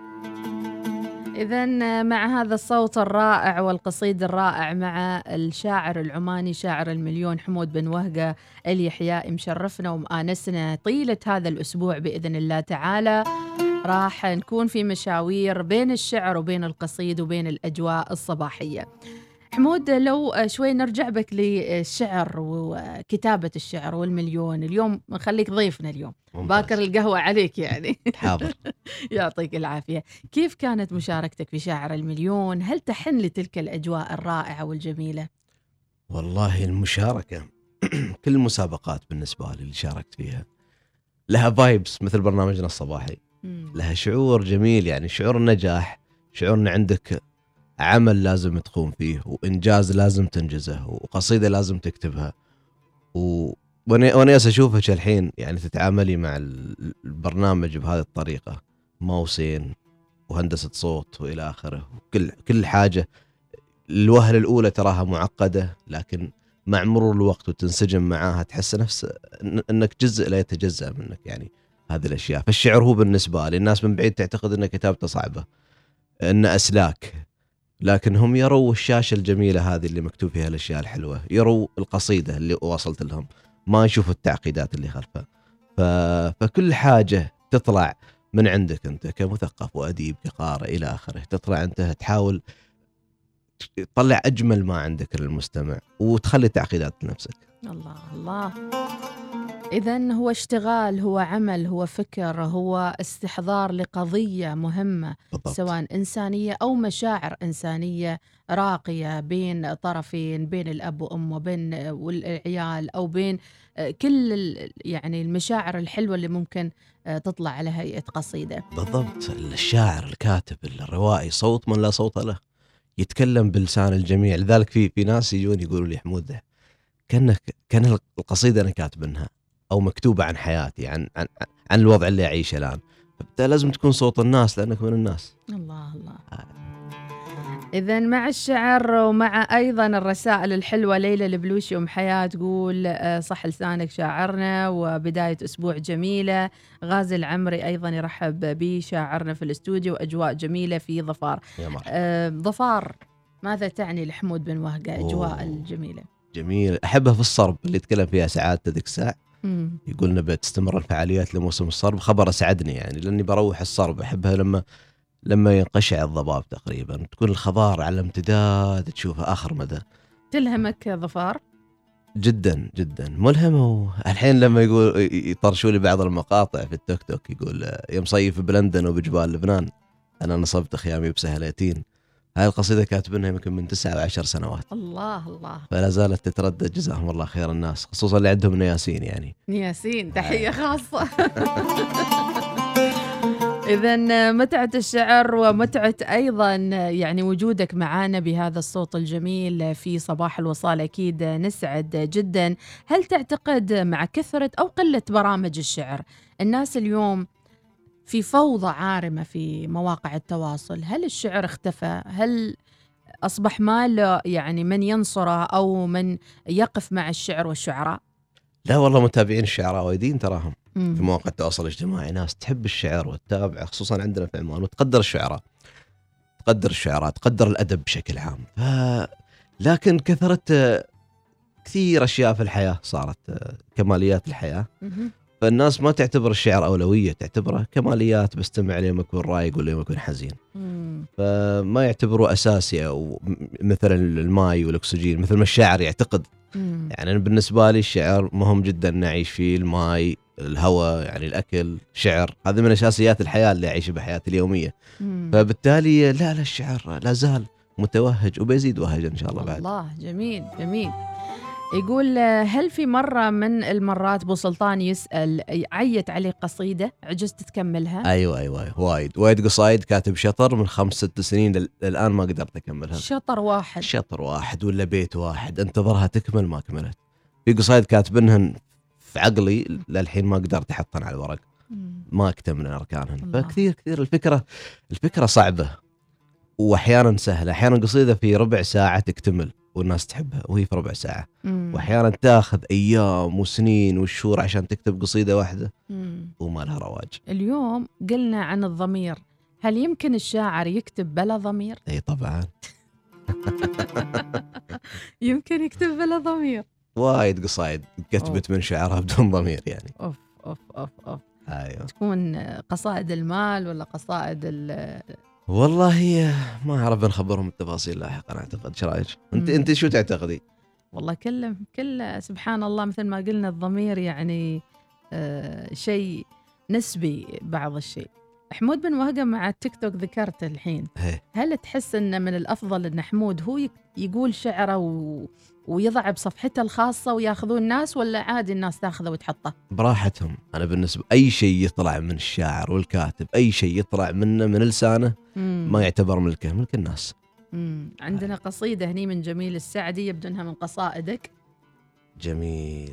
إذن مع هذا الصوت الرائع والقصيد الرائع مع الشاعر العماني شاعر المليون حمود بن وهقة اليحيائي، مشرفنا ومآنسنا طيلة هذا الأسبوع بإذن الله تعالى. راح نكون في مشاوير بين الشعر وبين القصيد وبين الأجواء الصباحية. حمود، لو شوي نرجع بك للشعر وكتابة الشعر والمليون، اليوم نخليك ضيفنا اليوم. ممتاز. باكر القهوة عليك يعني. حاضر. يعطيك العافية. كيف كانت مشاركتك في شاعر المليون؟ هل تحن لتلك الأجواء الرائعة والجميلة؟ والله المشاركة كل المسابقات بالنسبة لي اللي شاركت فيها لها فايبس مثل برنامجنا الصباحي. مم. لها شعور جميل، يعني شعور النجاح، شعور أن عندك عمل لازم تقوم فيه، وإنجاز لازم تنجزه، وقصيدة لازم تكتبها. و... وأنا أشوفك الحين يعني تتعاملي مع البرنامج بهذه الطريقة، ماوسين وهندسة صوت وإلى آخره، وكل كل حاجة الوهلة الأولى تراها معقدة، لكن مع مرور الوقت وتنسجم معاها تحس نفس أنك جزء لا يتجزأ منك، يعني هذه الأشياء. فالشعر هو بالنسبة لي الناس من بعيد تعتقد أن كتابته صعبة، أن أسلاك، لكن هم يروا الشاشة الجميلة هذه اللي مكتوب فيها الأشياء الحلوة، يروا القصيدة اللي وصلت لهم، ما يشوفوا التعقيدات اللي خلفها. ف... فكل حاجة تطلع من عندك أنت كمثقف وأديب كقارئ إلى آخره، تطلع أنت تحاول تطلع أجمل ما عندك للمستمع وتخلي تعقيدات لنفسك. الله الله. إذن هو اشتغال، هو عمل، هو فكر، هو استحضار لقضية مهمة بالضبط. سواء إنسانية أو مشاعر إنسانية راقية بين طرفين، بين الأب وأم وبين والعيال، أو بين كل يعني المشاعر الحلوة اللي ممكن تطلع على هيئة قصيدة. بالضبط. الشاعر الكاتب الروائي صوت من لا صوت له، يتكلم بلسان الجميع. لذلك في في ناس يجون يقولوا لي حمود كأنك كان القصيدة أنا كاتبنها أو مكتوبة عن حياتي، عن عن عن الوضع اللي أعيشه الآن، فبالتالي لازم تكون صوت الناس لأنك من الناس. الله الله. إذن مع الشعر ومع أيضا الرسائل الحلوة، ليلى البلوشي أم حياة تقول صح لسانك شاعرنا وبداية أسبوع جميلة. غازي العمري أيضا يرحب بي شاعرنا في الاستوديو، أجواء جميلة في ظفار. آه ظفار ماذا تعني لحمود بن وهقة أجواء أوه. الجميلة؟ جميل، أحبها في الصرب اللي يتكلم فيها سعادة ذيك الساعة، يقول نبي تستمر الفعاليات لموسم الصرب. خبر أسعدني يعني لأني بروح الصرب، أحبها لما لما ينقشع الضباب تقريبا، تكون الخضار على امتداد تشوفها آخر مدى. تلهمك ظفار؟ جدا جدا ملهمة. الحين لما يقول يطرشوا لي بعض المقاطع في التيك توك، يقول يا مصيف بلندن وبجبال لبنان أنا نصبت خيامي بسهلتين. هاي القصيدة كاتبينها يمكن من تسعة وعشر سنوات. الله الله. فلا زالت تتردد، جزاهم الله خير الناس، خصوصا اللي عندهم نياسين يعني. نياسين تحية خاصة. إذن متعة الشعر ومتعة أيضا يعني وجودك معنا بهذا الصوت الجميل في صباح الوصال، أكيد نسعد جدا. هل تعتقد مع كثرة أو قلة برامج الشعر الناس اليوم في فوضى عارمة في مواقع التواصل؟ هل الشعر اختفى؟ هل أصبح ما له يعني من ينصره أو من يقف مع الشعر والشعراء؟ لا والله، متابعين الشعراء وايدين تراهم مم. في مواقع التواصل الاجتماعي، ناس تحب الشعر وتتابع، خصوصا عندنا في عمان، وتقدر الشعراء، تقدر الشعراء، تقدر الأدب بشكل عام. ف... لكن كثرت كثير أشياء في الحياة، صارت كماليات الحياة، مم. فالناس ما تعتبر الشعر أولوية، تعتبره كماليات، بستمع ليوم أكون رايق ولا يوم أكون حزين. مم. فما يعتبروه أساسي، أو مثل الماء والأكسجين مثل ما الشاعر يعتقد. مم. يعني أنا بالنسبة لي الشعر مهم جدا نعيش فيه، الماء، الهواء، يعني الأكل، شعر، هذا من أساسيات الحياة اللي أعيش بحياتي اليومية. مم. فبالتالي لا لا الشعر لا زال متوهج وبيزيد وهج إن شاء الله بعد. الله جميل جميل. يقول هل في مرة من المرات أبو سلطان يسأل عيت عليك قصيدة عجزت تكملها؟ أيوة أيوة وايد وايد قصايد كاتب شطر من خمس ست سنين الآن ما قدرت أكملها. شطر واحد شطر واحد ولا بيت واحد انتظرها تكمل ما كملت. في قصايد كاتبنهن في عقلي للحين ما قدرت أحطن على الورق، ما أكتمل أركانهن. فكثير كثير الفكرة الفكرة صعبة وأحيانا سهلة. أحيانا قصيدة في ربع ساعة تكتمل والناس تحبها وهي في ربع ساعة، مم. وأحيانا تاخذ أيام وسنين وشهور عشان تكتب قصيدة واحدة مم. وما لها رواج. اليوم قلنا عن الضمير، هل يمكن الشاعر يكتب بلا ضمير؟ أي طبعا. يمكن يكتب بلا ضمير. وايد قصايد كتبت من شعرها بدون ضمير يعني. أوف أوف أوف أوف. أيوة. تكون قصائد المال ولا قصائد ال والله ما أعرف، بنخبرهم التفاصيل لاحقا أعتقد. شو رأيك؟ أنت أنت شو تعتقدي؟ والله كله كله سبحان الله، مثل ما قلنا الضمير يعني آه شيء نسبي بعض الشيء. حمود بن وهقة مع التيك توك ذكرت الحين، هي. هل تحس أن من الأفضل أن حمود هو يقول شعره و... ويضع بصفحته الخاصة وياخذون الناس، ولا عادي الناس تاخذه وتحطه؟ براحتهم. أنا بالنسبة أي شيء يطلع من الشاعر والكاتب، أي شيء يطلع منه من لسانه مم. ما يعتبر ملكه، ملك الناس. مم. عندنا قصيدة هني من جميل السعدي، يبدو أنها من قصائدك. جميل.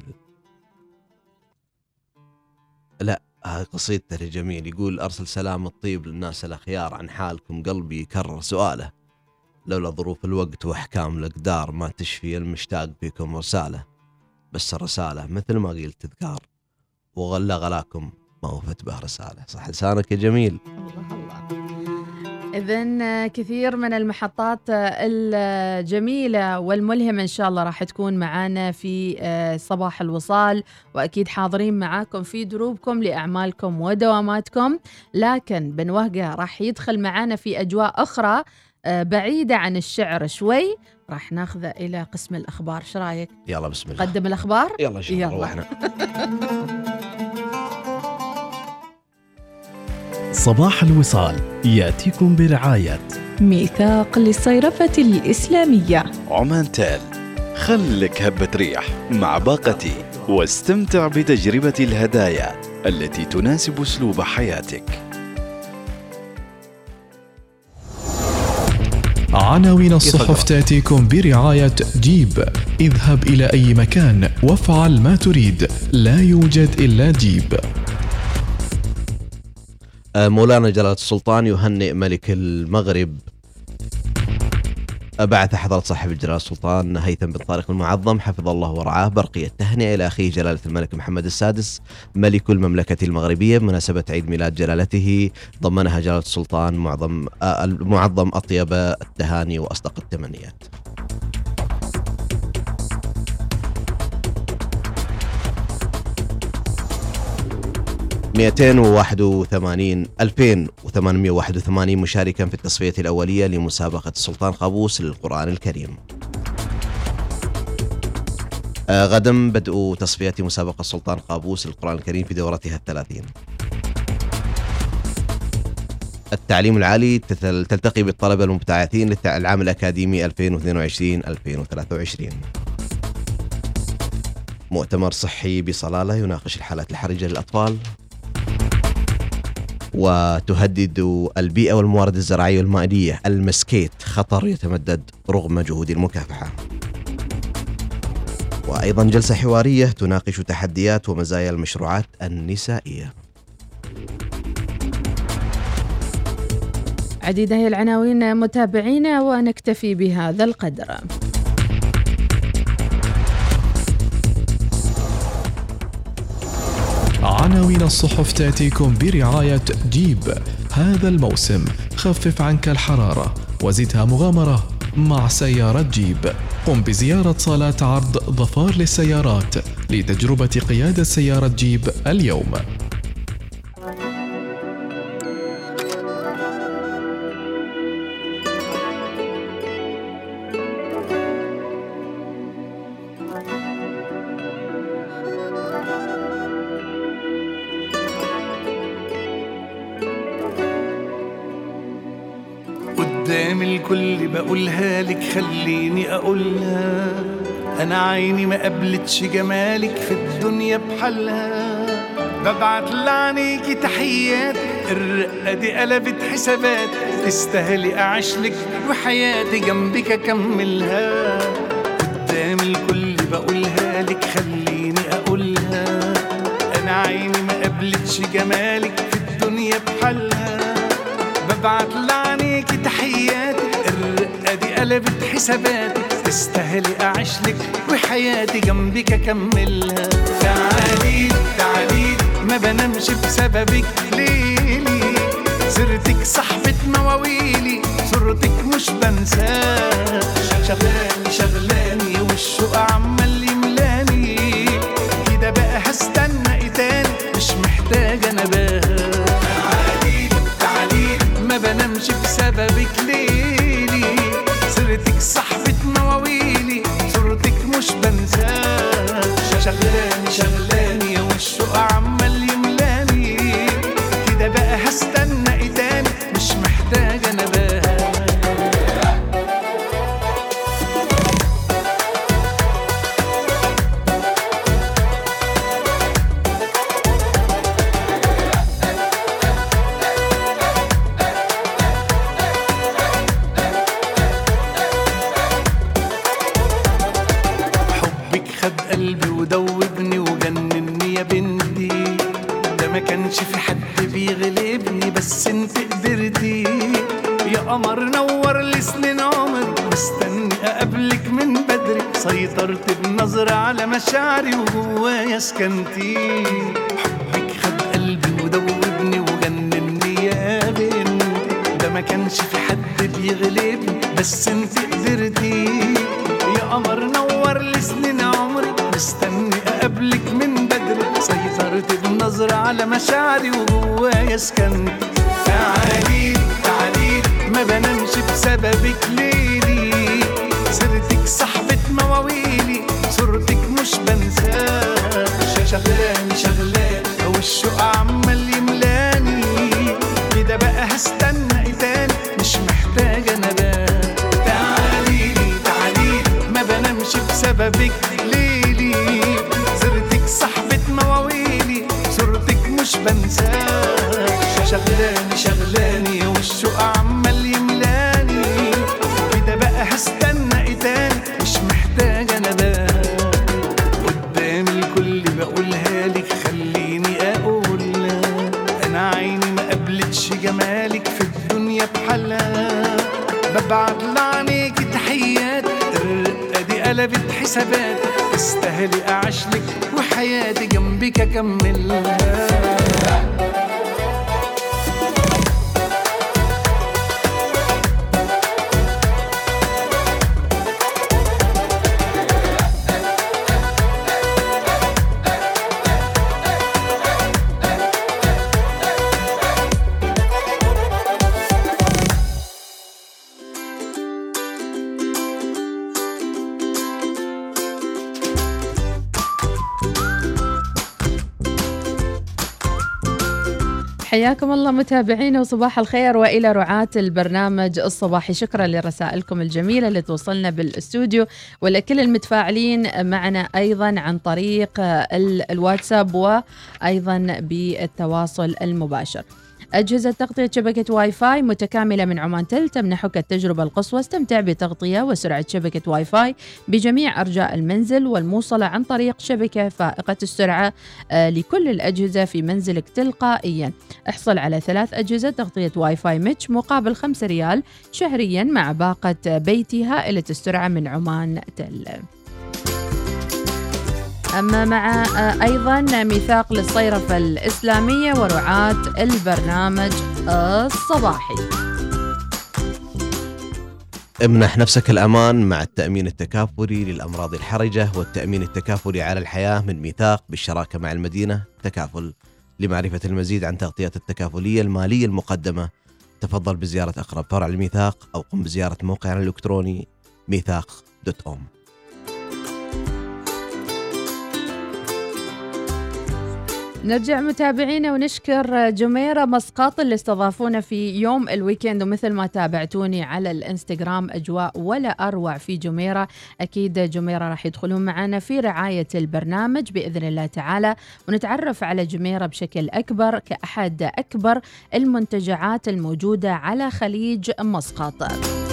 لا هاي قصيدته لجميل، يقول أرسل سلام الطيب للناس الأخيار، عن حالكم قلبي يكرر سؤاله، لولا ظروف الوقت وأحكام الأقدار ما تشفي المشتاق فيكم رسالة، بس الرسالة مثل ما قلت تذكار، وغلى غلاكم ما وفت به رسالة. صح لسانك يا جميل. الله الله. إذن كثير من المحطات الجميلة والملهمة إن شاء الله راح تكون معانا في صباح الوصال، وأكيد حاضرين معاكم في دروبكم لأعمالكم ودواماتكم. لكن بن وهقة راح يدخل معانا في أجواء أخرى بعيدة عن الشعر شوي، راح ناخذه إلى قسم الأخبار. شو رأيك؟ يلا بسم الله. قدم الأخبار. يلا شوف روحنا. صباح الوصال ياتيكم برعاية ميثاق للصيرفة الإسلامية، عمان تال، خلك هبة ريح مع باقتي واستمتع بتجربة الهدايا التي تناسب أسلوب حياتك. عناوين الصحف تأتيكم برعاية جيب، اذهب إلى أي مكان وافعل ما تريد، لا يوجد إلا جيب. مولانا جلالة السلطان يهنئ ملك المغرب. بعث حضرة صاحب الجلالة السلطان هيثم بن طارق المعظم حفظ الله ورعاه برقية تهنئة إلى أخيه جلالة الملك محمد السادس ملك المملكة المغربية بمناسبة عيد ميلاد جلالته، ضمنها جلالة السلطان معظم المعظم أطيب التهاني وأصدق التمنيات. مئتين وواحد وثمانين ألفين وثمانمئة وواحد وثمانين مشاركا في التصفية الأولية لمسابقة السلطان قابوس للقرآن الكريم. آه غدا بدء تصفية مسابقة السلطان قابوس للقرآن الكريم في دورتها الثلاثين. التعليم العالي تلتقي بالطلبة المبتعثين للعام الأكاديمي ألفين واثنين وعشرين ألفين وثلاثة وعشرين. مؤتمر صحي بصلالة يناقش الحالات الحرجة للأطفال. وتهدد البيئة والموارد الزراعية والمائية المسكيت خطر يتمدد رغم جهود المكافحة. وأيضا جلسة حوارية تناقش تحديات ومزايا المشروعات النسائية. عديدة هي العناوين متابعينا، ونكتفي بهذا القدر. عناوين الصحف تأتيكم برعاية جيب، هذا الموسم خفف عنك الحرارة وزدها مغامرة مع سيارة جيب. قم بزيارة صالات عرض ظفار للسيارات لتجربة قيادة سيارة جيب اليوم. قدام الكل بقولها لك خليني أقولها، أنا عيني ما قبلتش جمالك في الدنيا بحالها. ببعت لعنيكي تحيات، الرقة دي قلبت حسابات، تستاهلي أعيشلك وحياتي جنبك أكملها. قدام الكل بقولها لك خليني أقولها، أنا عيني ما قبلتش جمالك في الدنيا بحالها. ببعت لعنيكي تحياتي، الرقة دي قلبت حساباتي، تستاهلي أعيشلك وحياتي جنبك أكملها. تعالي تعالي ما بنامش بسببك ليلي، سيرتك صاحبة مواويلي، صورتك مش بنساها. شغلاني شغلاني والشوق عمال يملاني، كده بقى هستنى ايه تاني، مش محتاجة نباها. تعالي تعالي ما بنامش بسببك ليلي، سيرتك صاحبة مواويلي، صورتك مش بنساها. شغلاني شغلاني والشوق عمال يملاني، كده بقى هستنى ايه تاني، مش محتاجة نباها. خد قلبي ودوبني وجنني يا بنتي، ده ما كانش في حد بيغلبني بس انت قدرتي. يا قمر نور لي سنين عمر، مستني اقابلك من بدري، سيطرت بنظرة على مشاعري وجوايا سكنتي. حبك خد قلبي ودوبني وجنني يا بنتي، ده ما كانش في حد بيغلبني بس انت قدرتي. يا قمر نور لي سنين عمري، مستني اقابلك من بدري، سيطرت بنظرة على مشاعري وجوايا سكنت. تعالي تعالي ما بنامش بسبب بسببك ليلي، صرتك صاحبة مواويلي، صورتك مش بنساها، شغلاني شغلاني والشوق عمال يملاني، كده بقى هستنى ايه تاني، مش محتاجة ندى قدام الكل بقولها لك، خليني اقول انا عيني ما قبلتش جمالك في الدنيا بحالها، ببعت لعنيك تحيات، الرقة دي قلبت حسابات، تستاهلي اعيشلك وحياتي جنبك اكملها. حياكم الله متابعينا وصباح الخير وإلى رعاة البرنامج الصباحي. شكرا لرسائلكم الجميلة اللي توصلنا بالاستوديو ولكل المتفاعلين معنا أيضا عن طريق الواتساب وأيضا بالتواصل المباشر. أجهزة تغطية شبكة واي فاي متكاملة من عمان تل تمنحك التجربة القصوى. استمتع بتغطية وسرعة شبكة واي فاي بجميع أرجاء المنزل والموصلة عن طريق شبكة فائقة السرعة لكل الأجهزة في منزلك تلقائيا. احصل على ثلاث أجهزة تغطية واي فاي ميتش مقابل خمسة ريال شهريا مع باقة بيتي هائلة السرعة من عمان تل. أما مع أيضا ميثاق للصيرفة الإسلامية ورعاة البرنامج الصباحي. امنح نفسك الأمان مع التأمين التكافلي للأمراض الحرجة والتأمين التكافلي على الحياة من ميثاق بالشراكة مع المدينة تكافل. لمعرفة المزيد عن تغطية التكافلية المالية المقدمة تفضل بزيارة أقرب فرع لميثاق أو قم بزيارة موقعنا الإلكتروني ميثاق دوت أوم. نرجع متابعينا ونشكر جميرة مسقط اللي استضافونا في يوم الويكند، ومثل ما تابعتوني على الانستغرام أجواء ولا أروع في جميرة. أكيد جميرة راح يدخلون معنا في رعاية البرنامج بإذن الله تعالى، ونتعرف على جميرة بشكل أكبر كأحد أكبر المنتجعات الموجودة على خليج مسقط.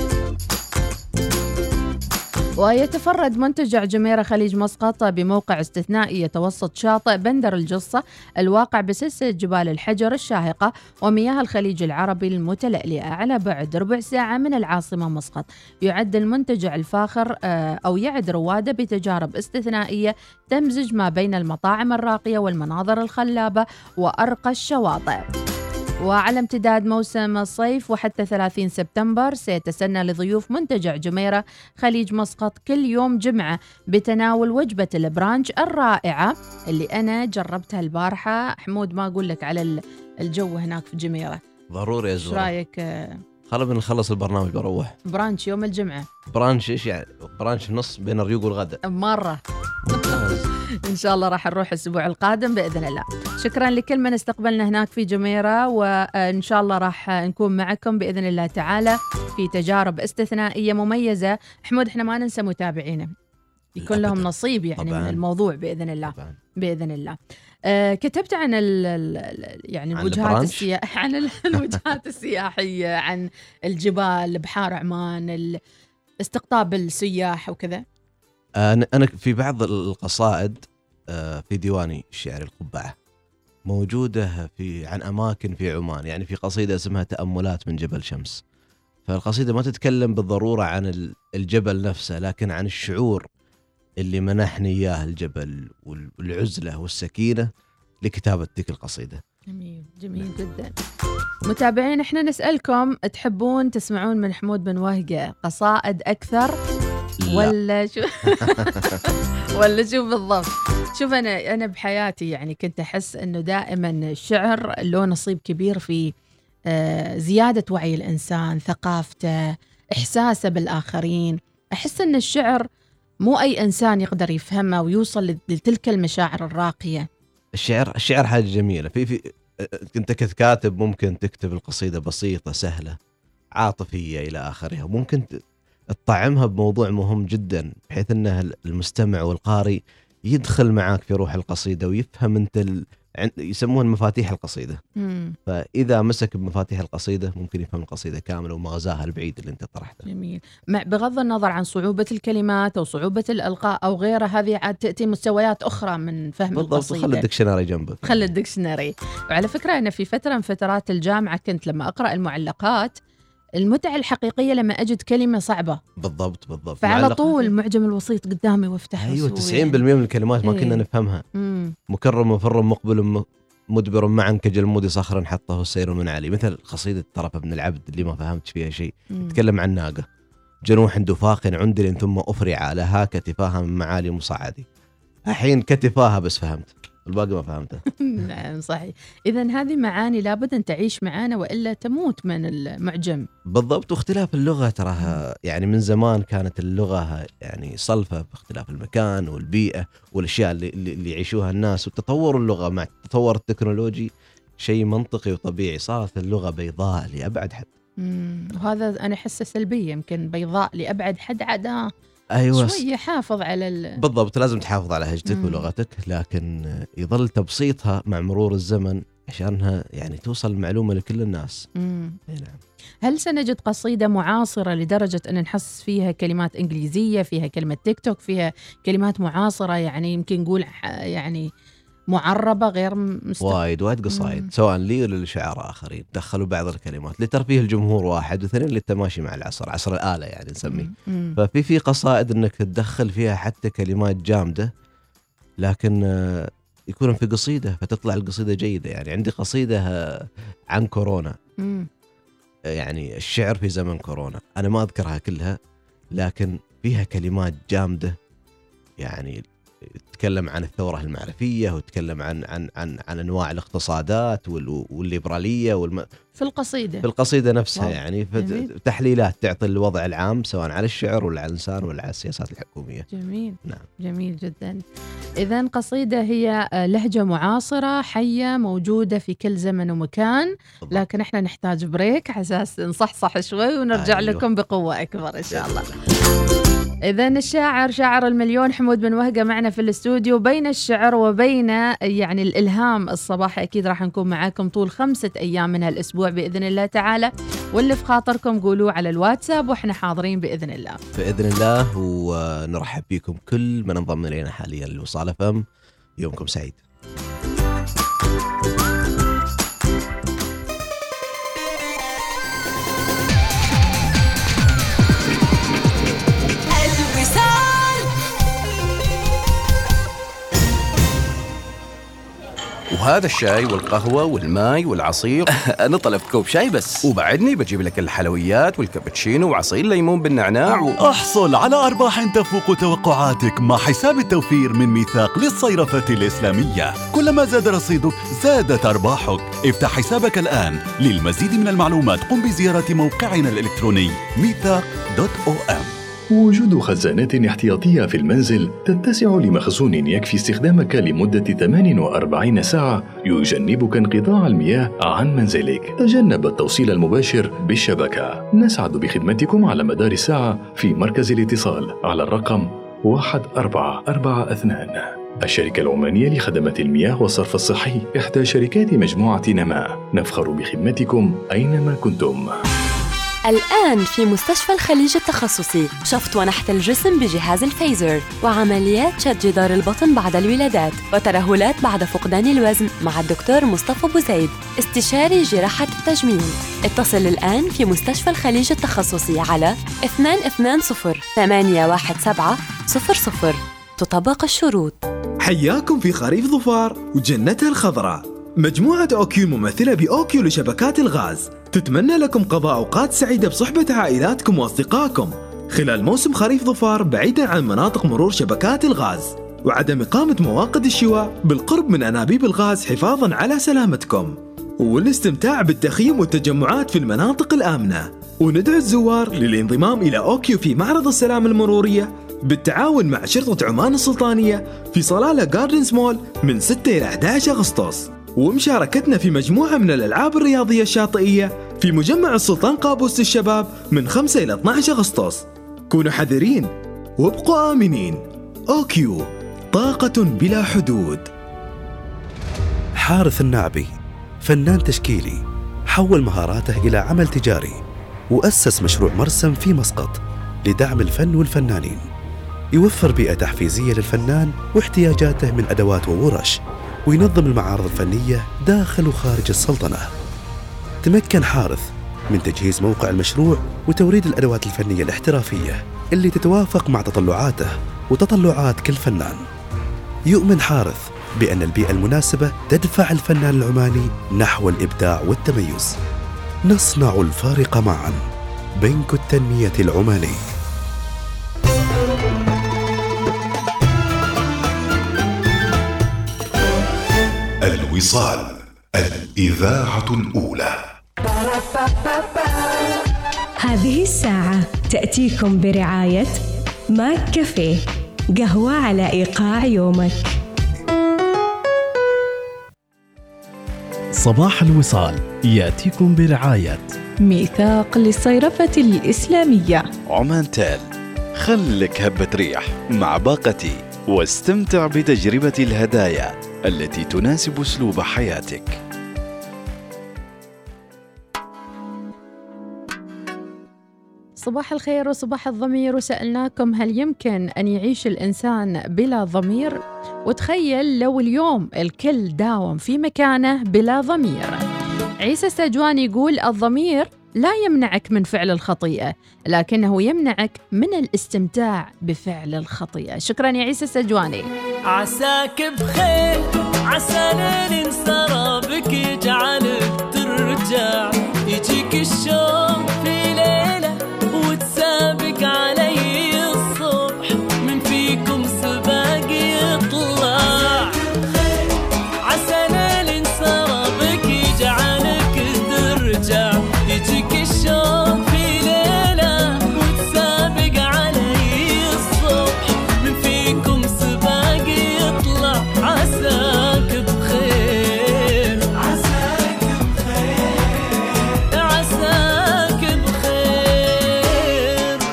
ويتفرد منتجع جميرة خليج مسقط بموقع استثنائي يتوسط شاطئ بندر الجصة الواقع بسلسلة جبال الحجر الشاهقة ومياه الخليج العربي المتلألئة على بعد ربع ساعة من العاصمة مسقط. يعد المنتجع الفاخر أو يعد رواده بتجارب استثنائية تمزج ما بين المطاعم الراقية والمناظر الخلابة وأرقى الشواطئ. وعلى امتداد موسم الصيف وحتى ثلاثين سبتمبر سيتسنى لضيوف منتجع جميرة خليج مسقط كل يوم جمعة بتناول وجبة البرانش الرائعة اللي أنا جربتها البارحة. حمود ما أقول لك على الجو هناك في جميرة ضروري يا زورة. ايش رايك؟ خلنا بنخلص البرنامج بروح. برانش يوم الجمعة. برانش ايش يعني؟ برانش نص بين الريوق والغداء مرة. إن شاء الله راح نروح الأسبوع القادم بإذن الله. شكرا لكل من استقبلنا هناك في جميرة، وإن شاء الله راح نكون معكم بإذن الله تعالى في تجارب استثنائية مميزة. حمود احنا ما ننسى متابعينا يكون لهم نصيب يعني طبعاً. من الموضوع بإذن الله طبعاً. بإذن الله. آه كتبت عن ال ال يعني الوجهات السياحية عن الوجهات السياحية عن الجبال بحار عمان استقطاب السياح وكذا. أنا في بعض القصائد في ديواني الشعر القبعة موجودة في عن أماكن في عمان، يعني في قصيدة اسمها تأملات من جبل شمس. فالقصيدة ما تتكلم بالضرورة عن الجبل نفسه لكن عن الشعور اللي منحني إياه الجبل والعزلة والسكينة لكتابة تلك القصيدة. جميل جميل جدا. متابعين احنا نسألكم تحبون تسمعون من حمود بن وهقة قصائد أكثر لا. ولا شو ولا شو بالضبط؟ شوف أنا أنا بحياتي يعني كنت أحس إنه دائما الشعر له نصيب كبير في زيادة وعي الإنسان، ثقافته، إحساسه بالآخرين. أحس إن الشعر مو أي إنسان يقدر يفهمه ويوصل لتلك المشاعر الراقية. الشعر الشعر حاجة جميلة. في في أنت ككاتب ممكن تكتب القصيدة بسيطة سهلة عاطفية إلى آخرها، وممكن تطعمها بموضوع مهم جدا بحيث أنه المستمع والقارئ يدخل معاك في روح القصيدة ويفهم أنت ال... يسمون مفاتيح القصيدة. مم. فإذا مسك بمفاتيح القصيدة ممكن يفهم القصيدة كاملة ومغزاها البعيد اللي أنت طرحته. جميل. مع بغض النظر عن صعوبة الكلمات أو صعوبة الإلقاء أو غيرها، هذه عاد تأتي مستويات أخرى من فهم بالضبط. القصيدة. خلي الدكشناري جنبك. خلي الدكشناري. وعلى فكرة أنا في فترة من فترات الجامعة كنت لما أقرأ المعلقات المتعة الحقيقية لما أجد كلمة صعبة. بالضبط بالضبط. فعلى طول معجم الوسيط قدامي وافتح. أيوة تسعين بالمئة من الكلمات ما إيه. كنا نفهمها. مم. مكرم مفر مقبل مدبر معا كجلمود صخرا حطه السير من علي، مثل قصيدة طرف ابن العبد اللي ما فهمت فيها شيء. تكلم عن ناقة جنوح دفاق عندل ثم أفرع لها كتفاها من معالي مصعدي. الحين كتفاها بس فهمت، الباقي ما فهمته. نعم صحيح. إذن هذه معاني لابد أن تعيش معانا وإلا تموت من المعجم. بالضبط. واختلاف اللغة تراها يعني من زمان كانت اللغة يعني صلفة باختلاف المكان والبيئة والأشياء اللي, اللي يعيشوها الناس، وتطور اللغة مع التطور التكنولوجي شيء منطقي وطبيعي. صارت اللغة بيضاء لأبعد حد. مم. وهذا أنا أحسه سلبية، يمكن بيضاء لأبعد حد عدا. أيوة شوية حافظ على ال... بالضبط. لازم تحافظ على هجتك مم. ولغتك، لكن يظل تبسيطها مع مرور الزمن عشانها يعني توصل المعلومة لكل الناس. مم. نعم. هل سنجد قصيدة معاصرة لدرجة أن نحس فيها كلمات إنجليزية، فيها كلمة تيك توك، فيها كلمات معاصرة يعني يمكن نقول يعني معربة غير مست... وايد وايد قصايد سواء لي ولا لشعراء آخرين دخلوا بعض الكلمات لترفيه الجمهور واحد، واثنين للتماشي مع العصر، عصر الآلة يعني نسميه. ففي في قصائد انك تدخل فيها حتى كلمات جامدة لكن يكون في قصيدة فتطلع القصيدة جيدة. يعني عندي قصيدة عن كورونا، مم. يعني الشعر في زمن كورونا، أنا ما أذكرها كلها لكن فيها كلمات جامدة، يعني تتكلم عن الثورة المعرفية وتتكلم عن عن عن عن أنواع الاقتصادات والليبرالية والم... في القصيدة في القصيدة نفسها. واو. يعني تحليلات تعطي الوضع العام سواء على الشعر ولا على الإنسان ولا على السياسات الحكومية. جميل. نعم. جميل جدا. إذن قصيدة هي لهجة معاصرة حية موجودة في كل زمن ومكان، لكن احنا نحتاج بريك على أساس نصحصح شوي ونرجع أيوه. لكم بقوة أكبر إن شاء الله. إذن الشاعر شاعر المليون حمود بن وهقة معنا في الاستوديو. بين الشعر وبين يعني الإلهام الصباحي أكيد راح نكون معاكم طول خمسة أيام من هالأسبوع بإذن الله تعالى، واللي في خاطركم قولوه على الواتساب وإحنا حاضرين بإذن الله. بإذن الله. ونرحب بكم كل من انضم إلينا حاليا لوصال فم. يومكم سعيد. وهذا الشاي والقهوة والماي والعصير. أنا طلبت كوب شاي بس، وبعدني بجيب لك الحلويات والكابتشينو وعصير ليمون بالنعناع و... احصل على أرباح تفوق توقعاتك مع حساب التوفير من ميثاق للصيرفة الإسلامية. كلما زاد رصيدك زادت أرباحك. افتح حسابك الآن. للمزيد من المعلومات قم بزيارة موقعنا الإلكتروني ميثاق دوت أو أم. وجود خزانات احتياطية في المنزل تتسع لمخزون يكفي استخدامك لمدة ثمانية وأربعين ساعة يجنبك انقطاع المياه عن منزلك. تجنب التوصيل المباشر بالشبكة. نسعد بخدمتكم على مدار الساعة في مركز الاتصال على الرقم واحد أربعة أربعة اثنان. الشركة العمانية لخدمات المياه والصرف الصحي إحدى شركات مجموعة نماء. نفخر بخدمتكم أينما كنتم. الآن في مستشفى الخليج التخصصي شفط ونحت الجسم بجهاز الفيزر، وعمليات شد جدار البطن بعد الولادات، وترهلات بعد فقدان الوزن مع الدكتور مصطفى أبو زيد استشاري جراحة التجميل. اتصل الآن في مستشفى الخليج التخصصي على اثنين اثنين صفر ثمانية واحد سبعة صفر صفر. تطبق الشروط. حياكم في خريف ظفار وجنتها الخضراء. مجموعة أوكيو الممثلة بأوكيو لشبكات الغاز تتمنى لكم قضاء أوقات سعيدة بصحبة عائلاتكم وأصدقائكم خلال موسم خريف ظفار، بعيدا عن مناطق مرور شبكات الغاز وعدم إقامة مواقد الشواء بالقرب من أنابيب الغاز حفاظا على سلامتكم، والاستمتاع بالتخييم والتجمعات في المناطق الآمنة. وندعو الزوار للانضمام إلى أوكيو في معرض السلام المرورية بالتعاون مع شرطة عمان السلطانية في صلالة جاردنز مول من ستة إلى أحد عشر أغسطس، ومشاركتنا في مجموعة من الألعاب الرياضية الشاطئية في مجمع السلطان قابوس الشباب من خمسة إلى اثني عشر أغسطس. كونوا حذرين وابقوا آمنين. أوكيو، طاقة بلا حدود. حارث النعبي فنان تشكيلي، حول مهاراته إلى عمل تجاري وأسس مشروع مرسم في مسقط لدعم الفن والفنانين. يوفر بيئة تحفيزية للفنان واحتياجاته من أدوات وورش، وينظم المعارض الفنية داخل وخارج السلطنة. تمكن حارث من تجهيز موقع المشروع وتوريد الأدوات الفنية الاحترافية اللي تتوافق مع تطلعاته وتطلعات كل فنان. يؤمن حارث بأن البيئة المناسبة تدفع الفنان العماني نحو الإبداع والتميز. نصنع الفارق معا. بنك التنمية العماني. الوصال، الإذاعة الأولى. هذه الساعة تأتيكم برعاية ماك كافيه، قهوة على إيقاع يومك. صباح الوصال يأتيكم برعاية ميثاق للصيرفة الإسلامية. عمان تال، خلك هبة ريح مع باقتي واستمتع بتجربة الهدايا التي تناسب أسلوب حياتك. صباح الخير وصباح الضمير، وسألناكم هل يمكن أن يعيش الإنسان بلا ضمير؟ وتخيل لو اليوم الكل داوم في مكانه بلا ضمير. عيسى السجواني يقول الضمير لا يمنعك من فعل الخطيئة، لكنه يمنعك من الاستمتاع بفعل الخطيئة. شكرا يا عيسى السجواني. عساك بخير، عسى ليل انسرى بك يجعلك ترجع، يجيك الشوق في ليلة وتسابق علي الصبح، من فيكم سباق يطلع. عسى ليل انسرى بك يجعلك ترجع، يجيك الشوق في ليلة وتسابق علي الصبح، من فيكم سباق يطلع. عساك بخير، عساك بخير، عساك بخير.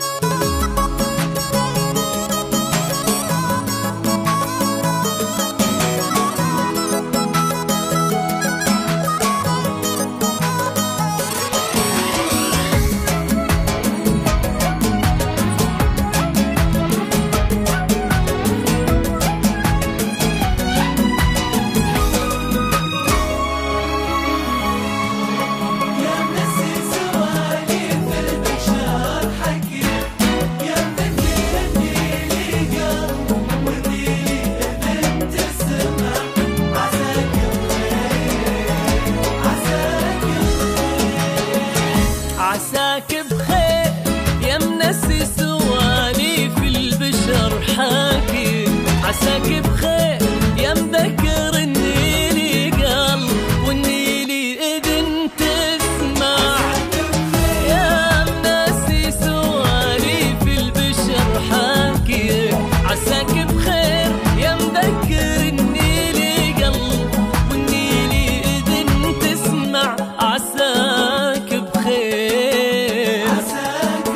عساك بخير يا منسي سواليف البشر حكي، عساك بخير يا مذكر النيلي قلب والنيلي إذن تسمع، يا منسي سواليف البشر حكي. عساك بخير يا مذكر النيلي قلب والنيلي إذن تسمع. عساك بخير، عساك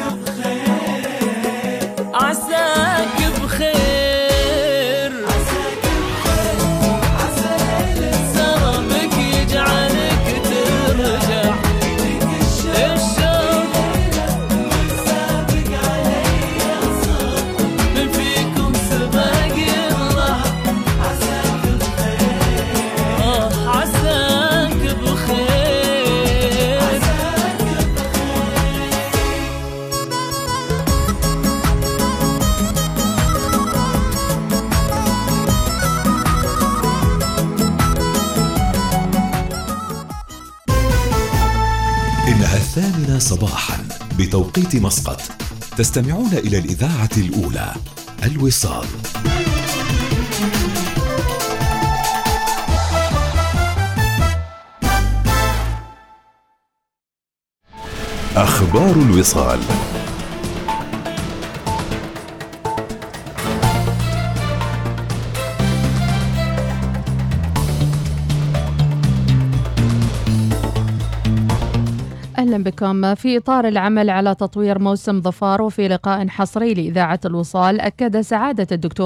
بخير، عساك بخير، عسى ليل سرى بك يجعلك ترجع، الشوق سابق علي الصبح، من فيكم سباق يطلع. عساك بخير، آه عساك بخير، عساك إنها الثامنة صباحا بتوقيت مسقط. تستمعون إلى الإذاعة الأولى الوصال. أخبار الوصال. أهلا بكم. في إطار العمل على تطوير موسم ظفار وفي لقاء حصري لإذاعة الوصال، أكد سعادة الدكتور